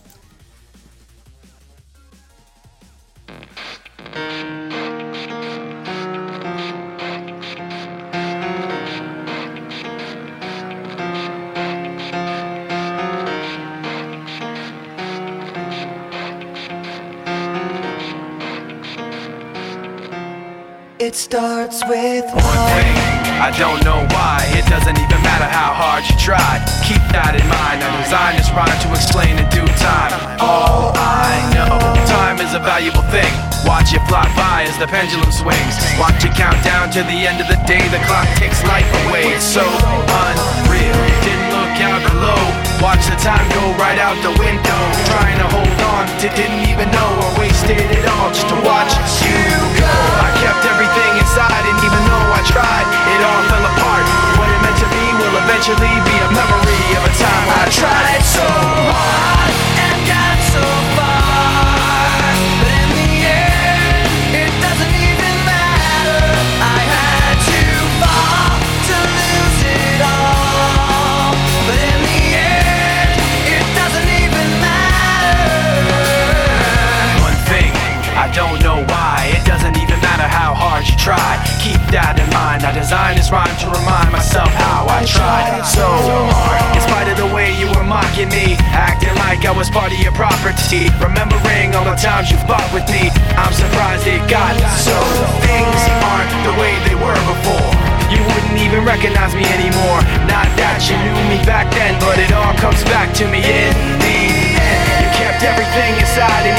It starts with one thing, I don't know why. It doesn't even matter how hard you try. Keep that in mind, I designed this rhyme to explain in due time. All I know, time is a valuable thing. Watch it fly by as the pendulum swings. Watch it count down to the end of the day. The clock takes life away, it's so unreal. Didn't look out below, watch the time go right out the window. Trying to hold on to didn't even know I wasted it all just to watch you go. I kept everything inside and even though I tried, it all fell apart. What it meant to be will eventually be a memory of a time when I tried so hard and got so far, but in the end, it doesn't even matter. I had to fall to lose it all, but in the end, it doesn't even matter. One thing, I don't know why, it doesn't even matter how hard you try. Keep that in mind, I designed this rhyme to remind myself how I tried so hard. In spite of the way you were mocking me, acting like I was part of your property, remembering all the times you fought with me, I'm surprised it got so. Things aren't the way they were before. You wouldn't even recognize me anymore. Not that you knew me back then, but it all comes back to me in the end. You kept everything inside and